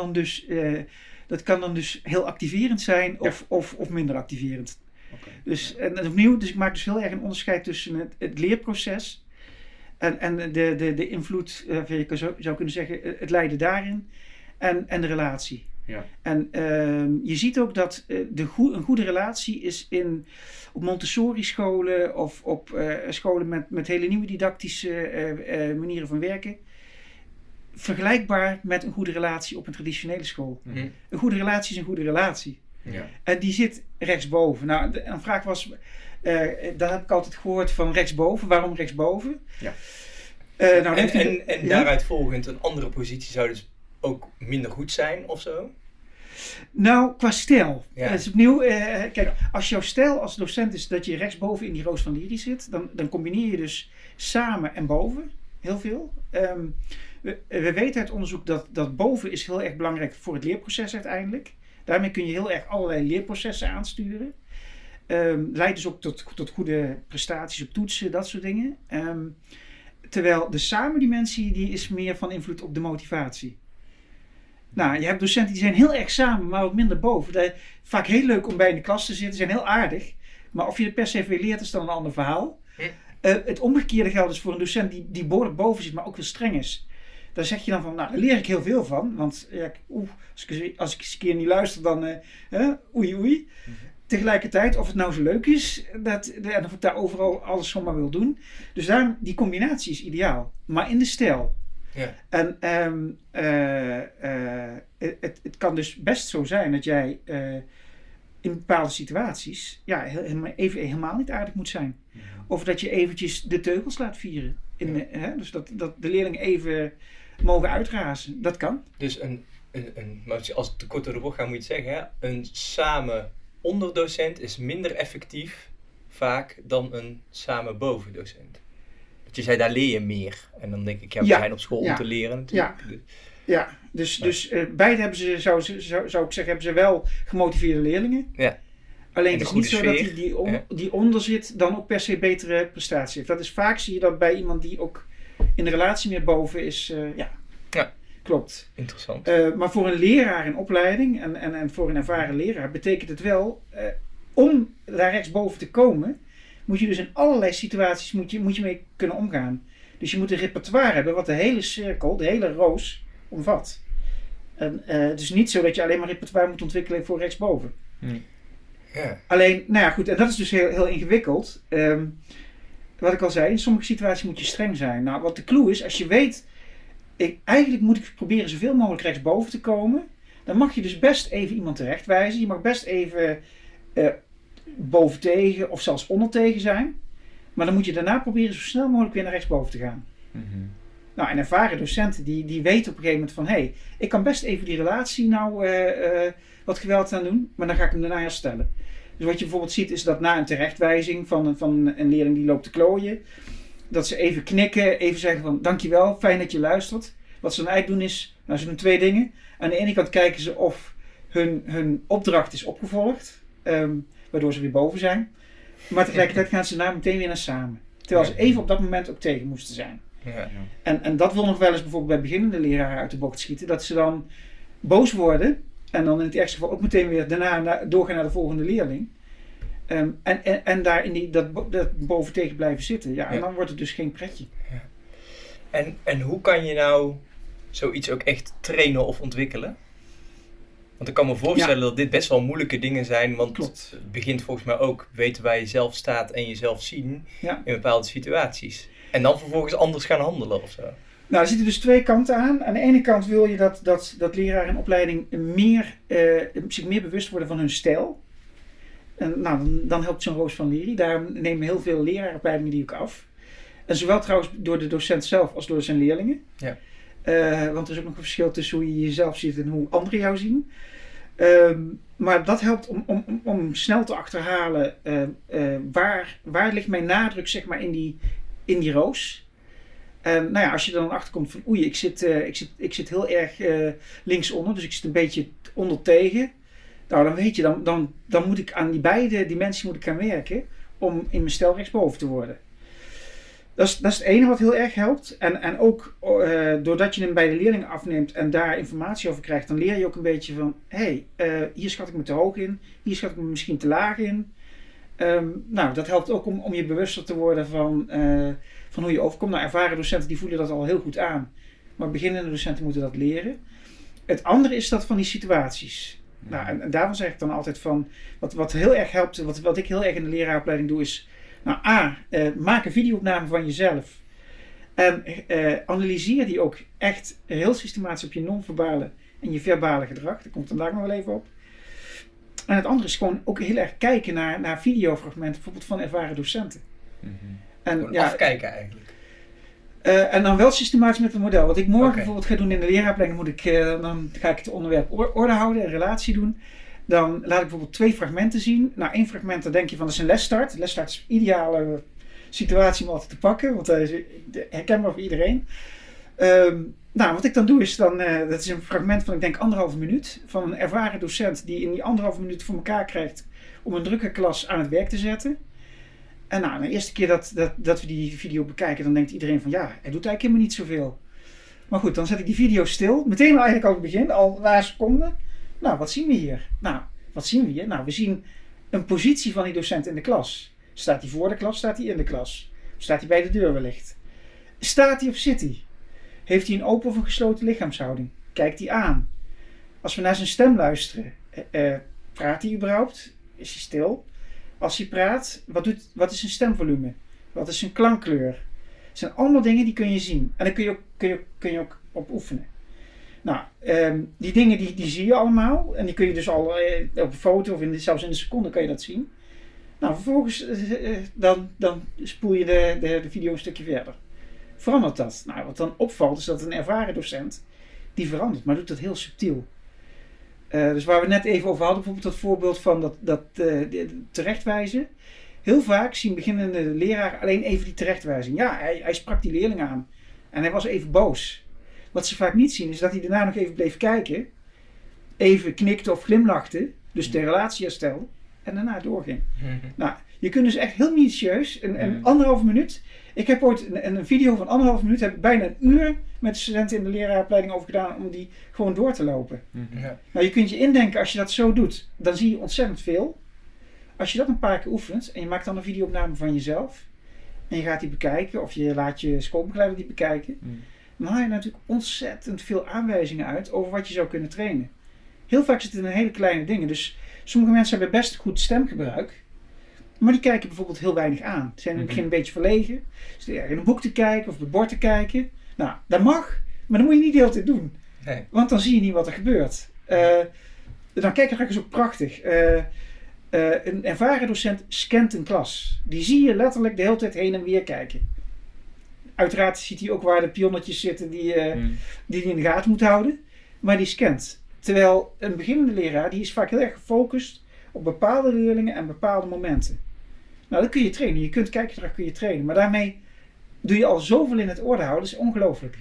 S3: dat kan dan dus heel activerend zijn of minder activerend. Okay. Dus en opnieuw, dus ik maak dus heel erg een onderscheid tussen het leerproces en de invloed, je zou kunnen zeggen, het lijden daarin en de relatie. Ja. En je ziet ook dat een goede relatie is op Montessori scholen of op scholen met hele nieuwe didactische manieren van werken vergelijkbaar met een goede relatie op een traditionele school. Mm-hmm. Een goede relatie is een goede relatie. Ja. En die zit rechtsboven. Nou, een vraag was, daar heb ik altijd gehoord van rechtsboven. Waarom rechtsboven?
S1: Ja. En daaruit volgend een andere positie zou dus ook minder goed zijn of zo?
S3: Nou, qua stijl.
S1: Ja.
S3: Dat is opnieuw, kijk, als jouw stijl als docent is dat je rechtsboven in die roos van Liri zit, dan combineer je dus samen en boven heel veel. We weten uit onderzoek dat boven is heel erg belangrijk voor het leerproces uiteindelijk. Daarmee kun je heel erg allerlei leerprocessen aansturen. Leidt dus ook tot goede prestaties op toetsen, dat soort dingen. Terwijl de samendimensie die is meer van invloed op de motivatie. Nou, je hebt docenten die zijn heel erg samen, maar wat minder boven. Vaak heel leuk om bij in de klas te zitten, zijn heel aardig. Maar of je het per se veel leert is dan een ander verhaal. Het omgekeerde geldt dus voor een docent die behoorlijk boven zit, maar ook wel streng is. Daar zeg je dan van, nou, daar leer ik heel veel van. Want als ik eens een keer niet luister, dan oei. Tegelijkertijd, of het nou zo leuk is, of ik daar overal alles van maar wil doen. Dus daarom, die combinatie is ideaal. Maar in de stijl.
S1: Ja.
S3: En het kan dus best zo zijn dat jij in bepaalde situaties helemaal niet aardig moet zijn. Of dat je eventjes de teugels laat vieren. Dus dat de leerlingen even mogen uitrazen. Dat kan.
S1: Dus als het te kort door de bocht gaat, moet je het zeggen, hè? Een samen onderdocent is minder effectief vaak dan een samen bovendocent. Want je zei, daar leer je meer. En dan denk ik, we zijn op school om te leren natuurlijk.
S3: Dus beide hebben ze, zou ik zeggen, hebben ze wel gemotiveerde leerlingen.
S1: Ja.
S3: Alleen het is niet zo dat die onder zit dan ook per se betere prestatie heeft. Dat is vaak, zie je dat bij iemand die ook in de relatie meer boven is. Klopt.
S1: Interessant.
S3: Maar voor een leraar in opleiding en voor een ervaren leraar betekent het wel, om daar rechtsboven te komen, moet je dus in allerlei situaties moet je mee kunnen omgaan. Dus je moet een repertoire hebben wat de hele cirkel, de hele roos omvat. En het is niet zo dat je alleen maar repertoire moet ontwikkelen voor rechtsboven.
S1: Ja.
S3: Alleen, nou ja, goed, en dat is dus heel, heel ingewikkeld. Wat ik al zei, in sommige situaties moet je streng zijn. Nou, wat de clue is, als je weet, eigenlijk moet ik proberen zoveel mogelijk rechtsboven te komen, dan mag je dus best even iemand terechtwijzen. Je mag best even boven tegen of zelfs onder tegen zijn. Maar dan moet je daarna proberen zo snel mogelijk weer naar rechtsboven te gaan.
S2: Mm-hmm.
S3: Nou, en ervaren docenten die weten op een gegeven moment van, ik kan best even die relatie wat geweld aan doen, maar dan ga ik hem daarna herstellen. Dus wat je bijvoorbeeld ziet is dat na een terechtwijzing van een leerling die loopt te klooien, dat ze even knikken, even zeggen van dankjewel, fijn dat je luistert. Wat ze dan eigenlijk doen is, ze doen 2 dingen. Aan de ene kant kijken ze of hun opdracht is opgevolgd, waardoor ze weer boven zijn. Maar tegelijkertijd gaan ze meteen weer naar samen. Terwijl ze even op dat moment ook tegen moesten zijn.
S1: Ja.
S3: En dat wil nog wel eens bijvoorbeeld bij beginnende leraren uit de bocht schieten. Dat ze dan boos worden. En dan in het ergste geval ook meteen weer daarna doorgaan naar de volgende leerling. En daar in dat boven tegen blijven zitten. Ja, en dan wordt het dus geen pretje.
S1: Ja. En hoe kan je nou zoiets ook echt trainen of ontwikkelen? Want ik kan me voorstellen dat dit best wel moeilijke dingen zijn. Want het begint volgens mij ook weten waar je zelf staat en jezelf zien in bepaalde situaties. En dan vervolgens anders gaan handelen of zo.
S3: Nou, er zitten dus 2 kanten aan. Aan de ene kant wil je dat leraren in opleiding zich meer bewust worden van hun stijl. En dan helpt zo'n roos van Liri. Daarom nemen heel veel leraaropleidingen die ook af. En zowel trouwens door de docent zelf als door zijn leerlingen. Ja. Want er is ook nog een verschil tussen hoe je jezelf ziet en hoe anderen jou zien. Maar dat helpt om snel te achterhalen waar ligt mijn nadruk zeg maar in die roos. En als je dan achterkomt van oei, ik zit heel erg linksonder, dus ik zit een beetje onder tegen. Nou, dan weet je, dan moet ik aan die beide dimensies gaan werken om in mijn stijl rechtsboven te worden. Dat is het ene wat heel erg helpt. En ook doordat je hem bij de leerlingen afneemt en daar informatie over krijgt, dan leer je ook een beetje van, hier schat ik me te hoog in, hier schat ik me misschien te laag in. Dat helpt ook om je bewuster te worden van hoe je overkomt. Nou, ervaren docenten die voelen dat al heel goed aan. Maar beginnende docenten moeten dat leren. Het andere is dat van die situaties. Nou, en daarvan zeg ik dan altijd van, wat heel erg helpt, wat ik heel erg in de leraaropleiding doe is, maak een videoopname van jezelf. En analyseer die ook echt heel systematisch op je non-verbale en je verbale gedrag. Daar komt vandaag nog wel even op. En het andere is gewoon ook heel erg kijken naar videofragmenten, bijvoorbeeld van ervaren docenten.
S1: Mm-hmm. En afkijken eigenlijk.
S3: En dan wel systematisch met het model. Wat ik morgen bijvoorbeeld ga doen in de leraarplanning, dan ga ik het onderwerp orde houden en relatie doen. Dan laat ik bijvoorbeeld 2 fragmenten zien. Nou, 1 fragment, dan denk je van dat is een lesstart. Lesstart is een ideale situatie om altijd te pakken, want dat is herkenbaar voor iedereen. Nou, wat ik dan doe is dat is een fragment van ik denk 1,5 minuut. Van een ervaren docent die in die 1,5 minuut voor elkaar krijgt om een drukke klas aan het werk te zetten. En nou, de eerste keer dat we die video bekijken, dan denkt iedereen van ja, hij doet eigenlijk helemaal niet zoveel. Maar goed, dan zet ik die video stil. Meteen eigenlijk al het begin, al een paar seconden. Nou, wat zien we hier? Nou, wat zien we hier? Nou, we zien een positie van die docent in de klas. Staat hij voor de klas, staat hij in de klas? Staat hij bij de deur wellicht? Staat hij of zit hij? Heeft hij een open of een gesloten lichaamshouding? Kijkt hij aan? Als we naar zijn stem luisteren, praat hij überhaupt? Is hij stil? Als hij praat, wat is zijn stemvolume? Wat is zijn klankkleur? Het zijn allemaal dingen die kun je zien. En daar kun je ook op oefenen. Nou, die dingen die zie je allemaal. En die kun je dus al op een foto of zelfs in een seconde kan je dat zien. Nou, vervolgens dan spoel je de video een stukje verder. Verandert dat? Nou, wat dan opvalt is dat een ervaren docent die verandert, maar doet dat heel subtiel. Dus waar we net even over hadden, bijvoorbeeld dat voorbeeld van dat terechtwijzen. Heel vaak zien beginnende leraren alleen even die terechtwijzing. Ja, hij sprak die leerling aan en hij was even boos. Wat ze vaak niet zien is dat hij daarna nog even bleef kijken, even knikte of glimlachte, dus de relatie herstelde en daarna doorging. Nou, je kunt dus echt heel minutieus, een 1,5 minuut. Ik heb ooit een video van 1,5 minuut, heb ik bijna een uur met de studenten in de leraaropleiding over gedaan om die gewoon door te lopen. Ja. Nou, je kunt je indenken als je dat zo doet, dan zie je ontzettend veel. Als je dat een paar keer oefent en je maakt dan een videoopname van jezelf en je gaat die bekijken of je laat je schoolbegeleider die bekijken, dan haal je natuurlijk ontzettend veel aanwijzingen uit over wat je zou kunnen trainen. Heel vaak zit het in hele kleine dingen. Dus sommige mensen hebben best goed stemgebruik, maar die kijken bijvoorbeeld heel weinig aan. Ze zijn in het begin een beetje verlegen. Ze zijn in een boek te kijken of op het bord te kijken. Nou, dat mag, maar dat moet je niet de hele tijd doen. Nee. Want dan zie je niet wat er gebeurt. Dan kijk is ook prachtig. Een ervaren docent scant een klas. Die zie je letterlijk de hele tijd heen en weer kijken. Uiteraard ziet hij ook waar de pionnetjes zitten die hij in de gaten moet houden. Maar die scant. Terwijl een beginnende leraar, die is vaak heel erg gefocust op bepaalde leerlingen en bepaalde momenten. Nou, dat kun je trainen. Je kunt kijkgedrag kun je trainen. Maar daarmee doe je al zoveel in het orde houden. Dat is ongelooflijk.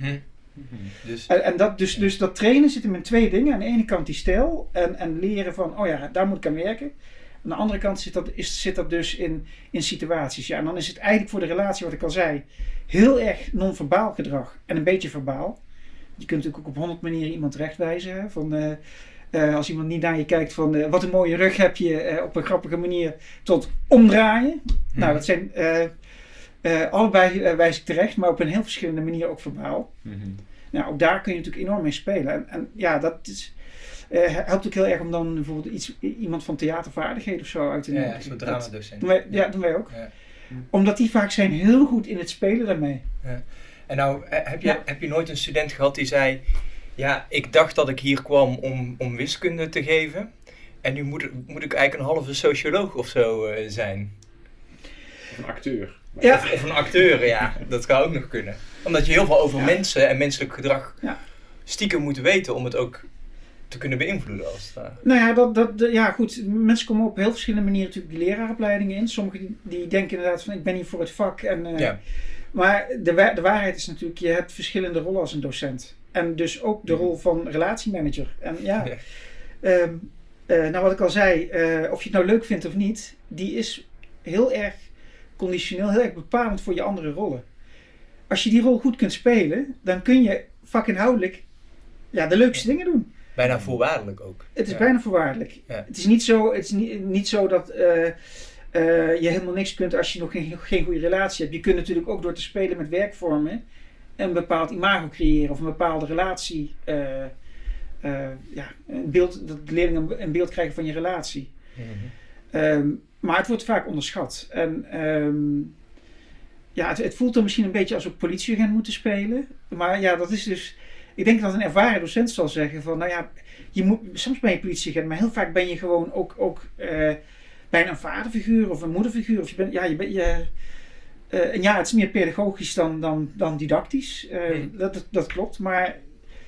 S3: Dus dat trainen zit hem in 2 dingen. Aan de ene kant die stijl en leren van, oh ja, daar moet ik aan werken. Aan de andere kant zit dat dus in situaties. Ja, en dan is het eigenlijk voor de relatie, wat ik al zei, heel erg non-verbaal gedrag en een beetje verbaal. Je kunt natuurlijk ook op 100 manieren iemand terechtwijzen. Hè, van, als iemand niet naar je kijkt van wat een mooie rug heb je op een grappige manier tot omdraaien. Nou, dat zijn allebei wijs ik terecht, maar op een heel verschillende manier ook verbaal. Nou, ook daar kun je natuurlijk enorm mee spelen. En ja, dat is, helpt ook heel erg om dan bijvoorbeeld iemand van theatervaardigheden of zo uit te nemen.
S1: Ja, zo'n dramadocent.
S3: Doen wij ook. Ja. Omdat die vaak zijn heel goed in het spelen daarmee.
S1: Ja. En nou, heb je nooit een student gehad die zei, ja, ik dacht dat ik hier kwam om wiskunde te geven. En nu moet ik eigenlijk een halve socioloog of zo zijn.
S2: Of een acteur.
S3: Ja.
S1: Of een acteur, ja. Dat kan ook nog kunnen. Omdat je heel veel over mensen en menselijk gedrag stiekem moet weten om het ook te kunnen beïnvloeden als het ware.
S3: Nou ja, goed. Mensen komen op heel verschillende manieren natuurlijk die leraaropleidingen in. Sommigen die denken inderdaad van ik ben hier voor het vak. Maar de waarheid is natuurlijk, je hebt verschillende rollen als een docent. En dus ook de rol van relatiemanager. En nou wat ik al zei, of je het nou leuk vindt of niet, die is heel erg conditioneel, heel erg bepalend voor je andere rollen. Als je die rol goed kunt spelen, dan kun je vakinhoudelijk de leukste dingen doen.
S1: Bijna voorwaardelijk ook.
S3: Het is bijna voorwaardelijk. Ja. Het is niet zo dat je helemaal niks kunt als je nog geen goede relatie hebt. Je kunt natuurlijk ook door te spelen met werkvormen een bepaald imago creëren of een bepaalde relatie. Een beeld, dat de leerlingen een beeld krijgen van je relatie. Maar het wordt vaak onderschat. En het voelt dan misschien een beetje als op politieagent moeten spelen. Maar ja, dat is dus. Ik denk dat een ervaren docent zal zeggen van, nou ja, soms ben je politieagent, maar heel vaak ben je gewoon ook bijna een vaderfiguur of een moederfiguur. Of het is meer pedagogisch dan didactisch. Dat klopt, maar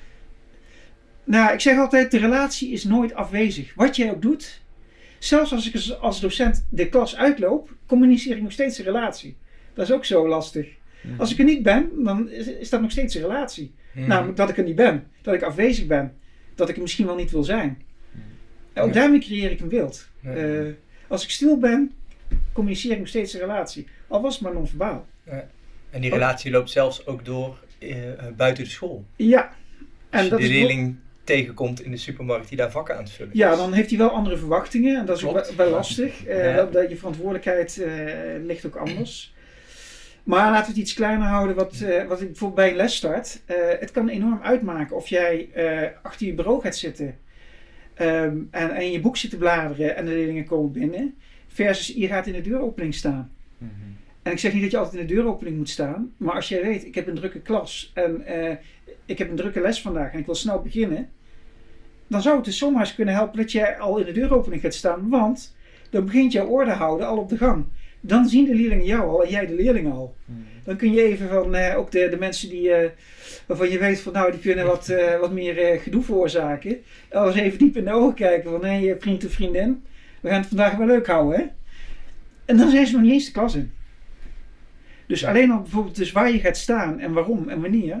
S3: ik zeg altijd, de relatie is nooit afwezig. Wat jij ook doet, zelfs als ik als docent de klas uitloop, communiceer ik nog steeds een relatie. Dat is ook zo lastig. Als ik er niet ben, dan is dat nog steeds een relatie. Namelijk dat ik er niet ben, dat ik afwezig ben, dat ik er misschien wel niet wil zijn. Ook daarmee creëer ik een beeld. Als ik stil ben, communiceer ik nog steeds een relatie. Al was het maar non-verbaal.
S1: En die relatie loopt zelfs ook door buiten de school.
S3: Ja.
S1: Als je de leerling tegenkomt in de supermarkt die daar vakken aan het vullen is.
S3: Ja, dan heeft hij wel andere verwachtingen. En dat is ook wel lastig. Je verantwoordelijkheid ligt ook anders. Maar laten we het iets kleiner houden. Wat ik bijvoorbeeld bij een les start. Het kan enorm uitmaken of jij achter je bureau gaat zitten. En in je boek zit te bladeren en de leerlingen komen binnen. Versus je gaat in de deuropening staan. En ik zeg niet dat je altijd in de deuropening moet staan. Maar als jij weet, ik heb een drukke klas. En ik heb een drukke les vandaag. En ik wil snel beginnen. Dan zou het dus zomaar eens kunnen helpen dat jij al in de deuropening gaat staan. Want dan begint jouw orde houden al op de gang. Dan zien de leerlingen jou al en jij de leerlingen al. Dan kun je even van ook de mensen die waarvan je weet van die kunnen wat meer gedoe veroorzaken. Al eens even diep in de ogen kijken van vriend of vriendin. We gaan het vandaag wel leuk houden, hè? En dan zijn ze nog niet eens de klas in. Dus alleen al bijvoorbeeld dus waar je gaat staan en waarom en wanneer.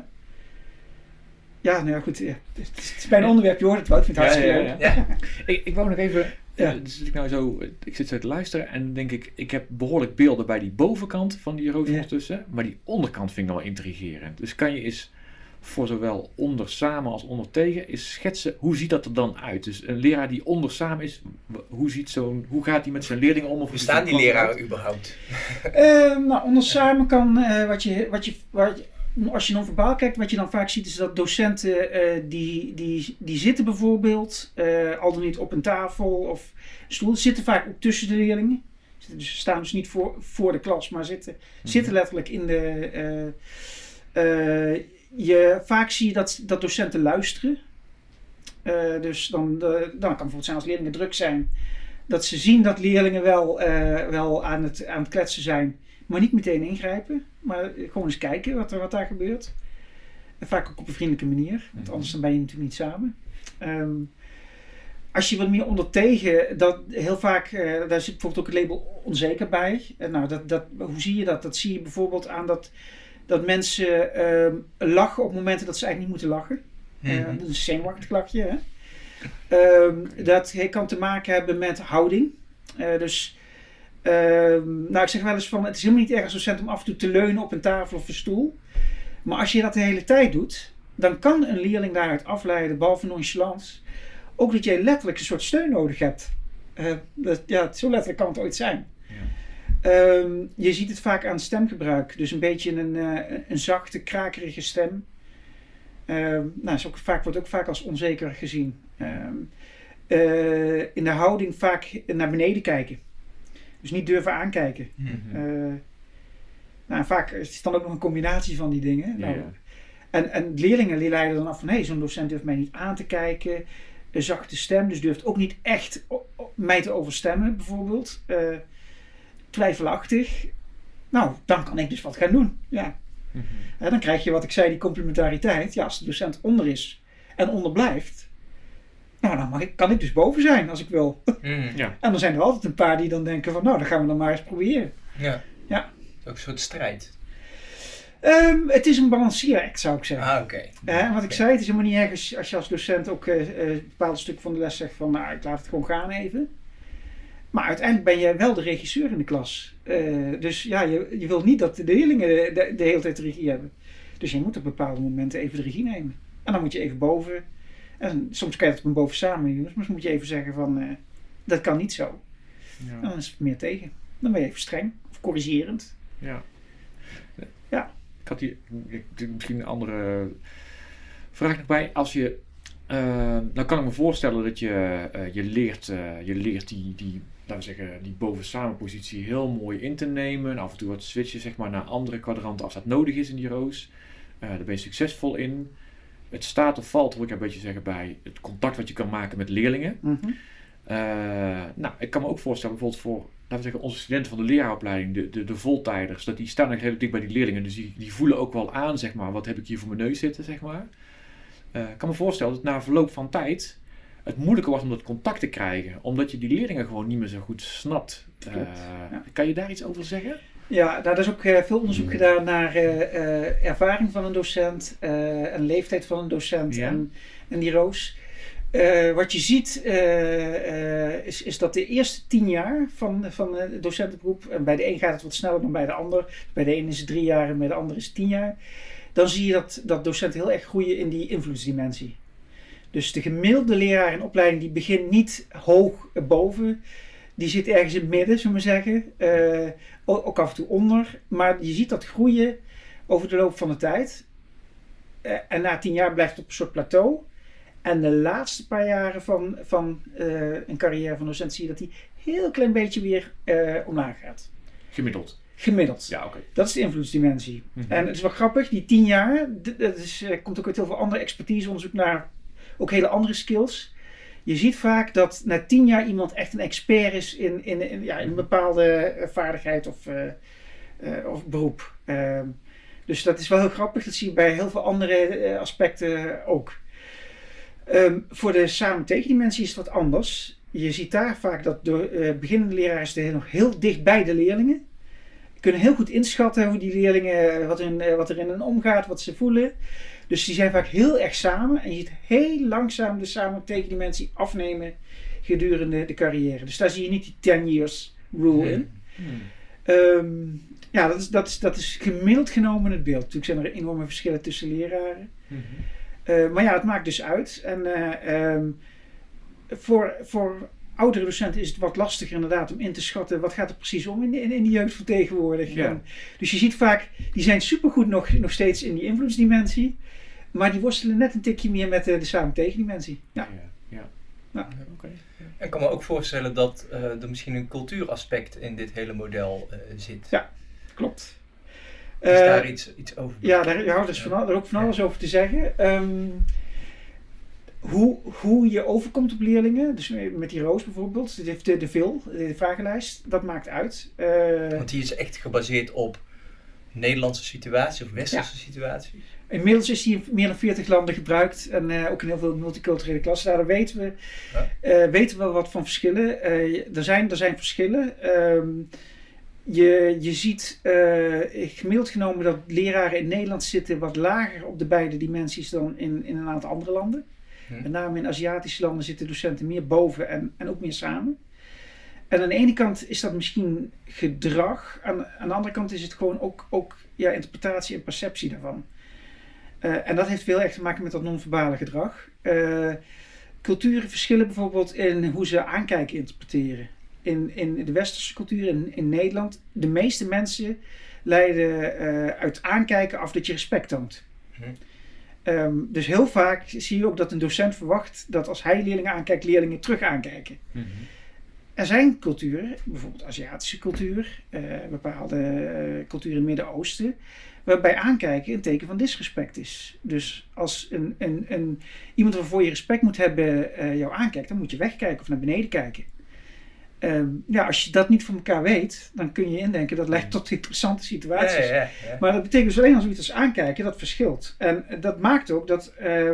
S3: Ja, goed. Ja. Het is bij een onderwerp, je hoort het wel. Ik vind het hartstikke leuk.
S2: Ja. Ik wou nog even... Dus ik zit zo te luisteren en denk ik heb behoorlijk beelden bij die bovenkant van die rooster tussen. Maar die onderkant vind ik nog wel intrigerend. Dus kan je eens voor zowel onder samen als onder tegen eens schetsen, hoe ziet dat er dan uit? Dus een leraar die onder samen is, hoe gaat hij met zijn leerlingen om? Of
S1: bestaan die leraren überhaupt?
S3: Onder samen kan als je non-verbaal kijkt, wat je dan vaak ziet is dat docenten die zitten bijvoorbeeld, al dan niet op een tafel of stoel, zitten vaak ook tussen de leerlingen. Dus ze staan dus niet voor de klas, maar zitten letterlijk in de... vaak zie je dat docenten luisteren. Dus dan kan bijvoorbeeld zijn als leerlingen druk zijn, dat ze zien dat leerlingen wel aan het kletsen zijn, maar niet meteen ingrijpen. Maar gewoon eens kijken wat daar gebeurt. En vaak ook op een vriendelijke manier. Want anders dan ben je natuurlijk niet samen. Als je wat meer ondertegen, dat heel vaak, daar zit bijvoorbeeld ook het label onzeker bij. Hoe zie je dat? Dat zie je bijvoorbeeld aan dat mensen lachen op momenten dat ze eigenlijk niet moeten lachen. Dat is een zenuwachtig lachje. Hè? Dat kan te maken hebben met houding. Ik zeg wel eens van, het is helemaal niet erg als docent om af en toe te leunen op een tafel of een stoel. Maar als je dat de hele tijd doet, dan kan een leerling daaruit afleiden, behalve nonchalance, ook dat jij letterlijk een soort steun nodig hebt. Zo letterlijk kan het ooit zijn. Ja. Je ziet het vaak aan stemgebruik. Dus een beetje een zachte, krakerige stem. Wordt ook vaak als onzeker gezien. In de houding vaak naar beneden kijken. Dus niet durven aankijken. Vaak is het dan ook nog een combinatie van die dingen. En leerlingen die leiden dan af van, zo'n docent durft mij niet aan te kijken. Een zachte stem, dus durft ook niet echt mij te overstemmen bijvoorbeeld. Twijfelachtig. Dan kan ik dus wat gaan doen. Ja. Dan krijg je wat ik zei, die complementariteit. Ja, als de docent onder is en onder blijft, dan kan ik dus boven zijn als ik wil. En dan zijn er altijd een paar die dan denken van, dan gaan we dan maar eens proberen. Ja.
S1: Ook een soort strijd.
S3: Het is een balanceeract, zou ik zeggen.
S1: Oké.
S3: Wat ik zei, het is helemaal niet erg als je als docent ook een bepaald stuk van de les zegt van, ik laat het gewoon gaan even. Maar uiteindelijk ben je wel de regisseur in de klas. Dus je wilt niet dat de leerlingen de hele tijd de regie hebben. Dus je moet op bepaalde momenten even de regie nemen. En dan moet je even boven. En soms kan je het op een boven samen doen. Dus soms moet je even zeggen van, dat kan niet zo. Ja. En dan is het meer tegen. Dan ben je even streng of corrigerend.
S2: Ja. Ik had hier misschien een andere vraag nog bij. Als je, dan kan ik me voorstellen dat je leert die laten we zeggen, die boven samen positie heel mooi in te nemen. Af en toe wat switchen zeg maar, naar andere kwadranten als dat nodig is in die roos. Daar ben je succesvol in. Het staat of valt, wil ik een beetje zeggen, bij het contact wat je kan maken met leerlingen. Ik kan me ook voorstellen, bijvoorbeeld voor, laten we zeggen, onze studenten van de leraaropleiding, de voltijders, dat die staan nog heel dicht bij die leerlingen, dus die voelen ook wel aan, zeg maar, wat heb ik hier voor mijn neus zitten, zeg maar. Ik kan me voorstellen dat na verloop van tijd het moeilijker wordt om dat contact te krijgen, omdat je die leerlingen gewoon niet meer zo goed snapt. Kan je daar iets over zeggen?
S3: Ja, daar is ook veel onderzoek gedaan naar ervaring van een docent en leeftijd van een docent en die roos. Wat je ziet is dat de eerste 10 jaar van het docentenberoep, en bij de een gaat het wat sneller dan bij de ander, bij de een is het 3 jaar en bij de ander is het 10 jaar, dan zie je dat docenten heel erg groeien in die invloedsdimensie. Dus de gemiddelde leraar in opleiding die begint niet hoog boven, die zit ergens in het midden, zullen we zeggen. Ook af en toe onder. Maar je ziet dat groeien over de loop van de tijd. En na 10 jaar blijft het op een soort plateau. En de laatste paar jaren van een carrière van docent zie je dat die heel klein beetje weer omlaag gaat. Gemiddeld.
S2: Ja, oké.
S3: Dat is de invloedsdimensie. Mm-hmm. En het is wel grappig, die 10 jaar, komt ook uit heel veel andere expertiseonderzoek naar ook hele andere skills. Je ziet vaak dat na 10 jaar iemand echt een expert is in een bepaalde vaardigheid of beroep. Dus dat is wel heel grappig. Dat zie je bij heel veel andere aspecten ook. Voor de samen-tegendimensie is het wat anders. Je ziet daar vaak dat beginnende leraren nog heel dicht bij de leerlingen. Kunnen heel goed inschatten hoe die leerlingen, wat er in hen omgaat, wat ze voelen. Dus die zijn vaak heel erg samen en je ziet heel langzaam de samen-tegendimensie afnemen gedurende de carrière. Dus daar zie je niet die 10 years rule in. Dat is gemiddeld genomen het beeld. Natuurlijk zijn er enorme verschillen tussen leraren. Maar ja, het maakt dus uit. En voor oudere docenten is het wat lastiger inderdaad om in te schatten wat gaat er precies om in de jeugd van tegenwoordig.
S2: Ja.
S3: Dus je ziet vaak, die zijn supergoed nog steeds in die invloedsdimensie. Maar die worstelen net een tikje meer met de samen-tegendimensie. Ja.
S2: Okay.
S1: En ik kan me ook voorstellen dat er misschien een cultuuraspect in dit hele model zit.
S3: Ja, klopt.
S1: Is daar iets over?
S3: Ja, daar is ook van alles over te zeggen. Hoe je overkomt op leerlingen, dus met die roos bijvoorbeeld, de vragenlijst, dat maakt uit.
S1: Want die is echt gebaseerd op Nederlandse situatie of westerse situaties?
S3: Inmiddels is die in meer dan 40 landen gebruikt en ook in heel veel multiculturele klassen. Daar weten we wat van verschillen. Er zijn verschillen. Je ziet gemiddeld genomen dat leraren in Nederland zitten wat lager op de beide dimensies dan in een aantal andere landen. Met name in Aziatische landen zitten docenten meer boven en ook meer samen. En aan de ene kant is dat misschien gedrag. Aan de andere kant is het gewoon ook interpretatie en perceptie daarvan. En dat heeft veel echt te maken met dat non-verbale gedrag. Culturen verschillen bijvoorbeeld in hoe ze aankijken interpreteren. In de westerse cultuur, in Nederland, de meeste mensen leiden uit aankijken af dat je respect toont. Dus heel vaak zie je ook dat een docent verwacht dat als hij leerlingen aankijkt, leerlingen terug aankijken. Er zijn culturen, bijvoorbeeld Aziatische cultuur, bepaalde culturen in het Midden-Oosten, waarbij aankijken een teken van disrespect is. Dus als iemand waarvoor je respect moet hebben jou aankijkt, dan moet je wegkijken of naar beneden kijken. Als je dat niet van elkaar weet, dan kun je indenken dat leidt tot interessante situaties. Ja. Maar dat betekent dus alleen als zoiets als aankijken, dat verschilt. En dat maakt ook dat,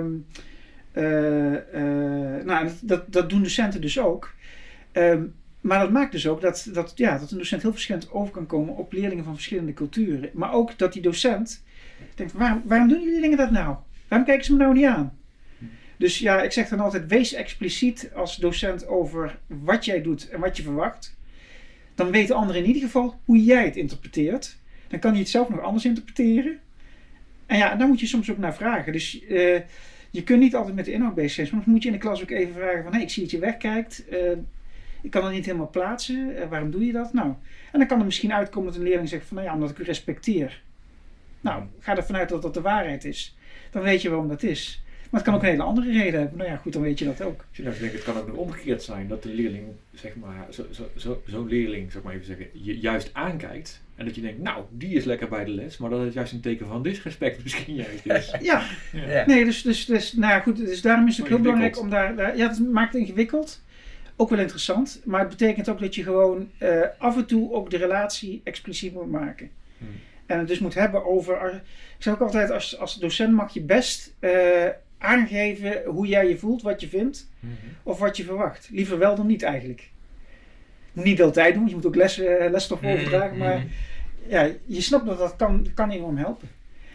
S3: dat doen docenten dus ook. Maar dat maakt dus ook dat een docent heel verschillend over kan komen op leerlingen van verschillende culturen. Maar ook dat die docent denkt, waarom doen jullie dingen dat nou? Waarom kijken ze me nou niet aan? Dus ja, ik zeg dan altijd, wees expliciet als docent over wat jij doet en wat je verwacht. Dan weten anderen in ieder geval hoe jij het interpreteert. Dan kan je het zelf nog anders interpreteren. En ja, daar moet je soms ook naar vragen. Dus je kunt niet altijd met de inhoud bezig zijn. Soms moet je in de klas ook even vragen van, ik zie dat je wegkijkt. Ik kan het niet helemaal plaatsen. Waarom doe je dat? Nou, en dan kan er misschien uitkomen dat een leerling zegt van, omdat ik u respecteer. Nou, ga ervan uit dat dat de waarheid is. Dan weet je waarom dat is. Maar het kan ook een hele andere reden hebben. Nou ja, goed, dan weet je dat ook.
S2: Het kan ook nog omgekeerd zijn dat de leerling, zeg maar, zo'n leerling, zeg maar even zeggen, je juist aankijkt. En dat je denkt, nou, die is lekker bij de les. Maar dat het juist een teken van disrespect misschien juist is.
S3: Ja. Nee, dus daarom is het ook heel belangrijk om daar het maakt het ingewikkeld. Ook wel interessant, maar het betekent ook dat je gewoon af en toe ook de relatie expliciet moet maken. En het dus moet hebben over... Ik zeg ook altijd, als docent mag je best aangeven hoe jij je voelt, wat je vindt of wat je verwacht. Liever wel dan niet eigenlijk. Je moet niet de hele tijd doen, je moet ook lesstof overdragen, maar ja, je snapt dat kan enorm helpen.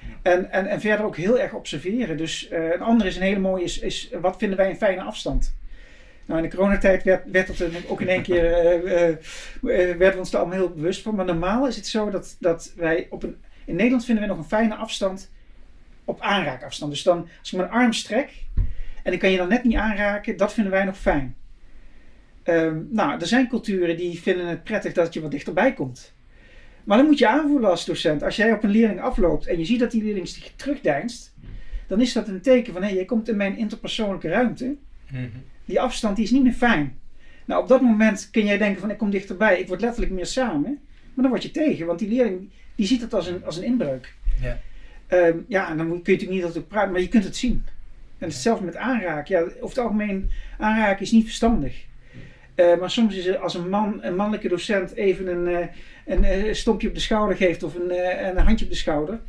S3: En verder ook heel erg observeren. Dus een andere is een hele mooie, is wat vinden wij een fijne afstand? Nou, in de coronatijd werd het ook in één keer, werden we ons er allemaal heel bewust van. Maar normaal is het zo dat wij in Nederland vinden we nog een fijne afstand op aanraakafstand. Dus dan, als ik mijn arm strek en ik kan je dan net niet aanraken, dat vinden wij nog fijn. Nou, er zijn culturen die vinden het prettig dat je wat dichterbij komt. Maar dan moet je aanvoelen als docent. Als jij op een leerling afloopt en je ziet dat die leerling zich terugdeinst, dan is dat een teken van, jij komt in mijn interpersoonlijke ruimte. Die afstand die is niet meer fijn. Nou, op dat moment kun jij denken van, ik kom dichterbij, ik word letterlijk meer samen. Maar dan word je tegen, want die leerling die ziet het als een inbreuk. Ja, en dan kun je natuurlijk niet altijd praten, maar je kunt het zien. En hetzelfde met aanraken. Ja, over het algemeen, aanraken is niet verstandig. Maar soms is het als een mannelijke docent even een stompje op de schouder geeft of een handje op de schouder.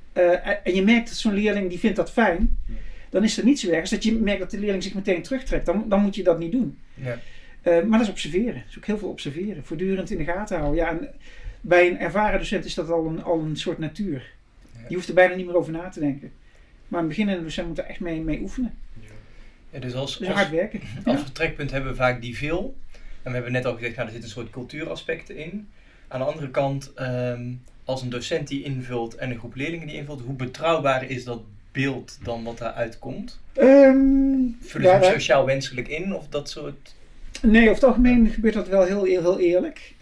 S3: En je merkt dat zo'n leerling die vindt dat fijn. Dan is het niet zo erg als dat je merkt dat de leerling zich meteen terugtrekt. Dan moet je dat niet doen. Ja. Maar dat is observeren. Dat is ook heel veel observeren. Voortdurend in de gaten houden. Ja, en bij een ervaren docent is dat al een soort natuur. Ja. Je hoeft er bijna niet meer over na te denken. Maar een beginnende docent moet er echt mee oefenen.
S1: Ja, dus
S3: hard werken.
S1: Als vertrekpunt hebben we vaak die veel. En we hebben net al gezegd, er zitten een soort cultuuraspecten in. Aan de andere kant, als een docent die invult en een groep leerlingen die invult, hoe betrouwbaar is dat beeld dan wat daaruit komt? Vullen ze hem sociaal wenselijk in of dat soort?
S3: Nee, over het algemeen gebeurt dat wel heel eerlijk.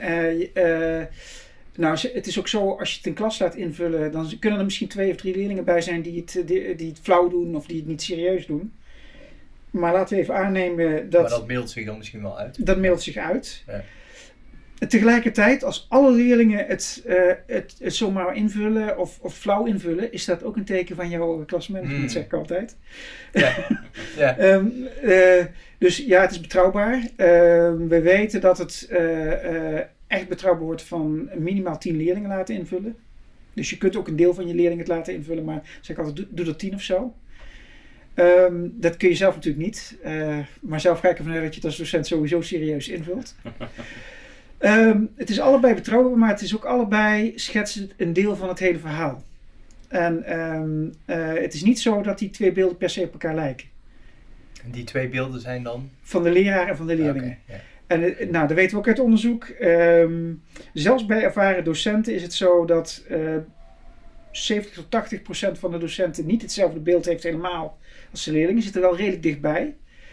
S3: Nou, het is ook zo, als je het in klas laat invullen, dan kunnen er misschien 2 of 3 leerlingen bij zijn die het flauw doen of die het niet serieus doen. Maar laten we even aannemen dat...
S1: Maar dat mailt zich dan misschien wel uit.
S3: Dat mailt zich uit. Ja. Tegelijkertijd, als alle leerlingen het zomaar invullen of flauw invullen, is dat ook een teken van jouw klasmanagement, zeg ik altijd. Ja. Ja. Dus ja, het is betrouwbaar. We weten dat het echt betrouwbaar wordt van minimaal 10 leerlingen laten invullen. Dus je kunt ook een deel van je leerlingen het laten invullen, maar zeg ik altijd, doe dat 10 of zo. Dat kun je zelf natuurlijk niet. Maar zelf ga ik ervan uit dat je het als docent sowieso serieus invult. Het is allebei betrouwbaar, maar het is ook allebei schetsen een deel van het hele verhaal. En het is niet zo dat die 2 beelden per se op elkaar lijken.
S1: En die 2 beelden zijn dan?
S3: Van de leraar en van de leerlingen. Okay, yeah. En dat weten we ook uit onderzoek. Zelfs bij ervaren docenten is het zo dat 70 tot 80% van de docenten niet hetzelfde beeld heeft helemaal als de leerlingen. Zitten er wel redelijk dichtbij.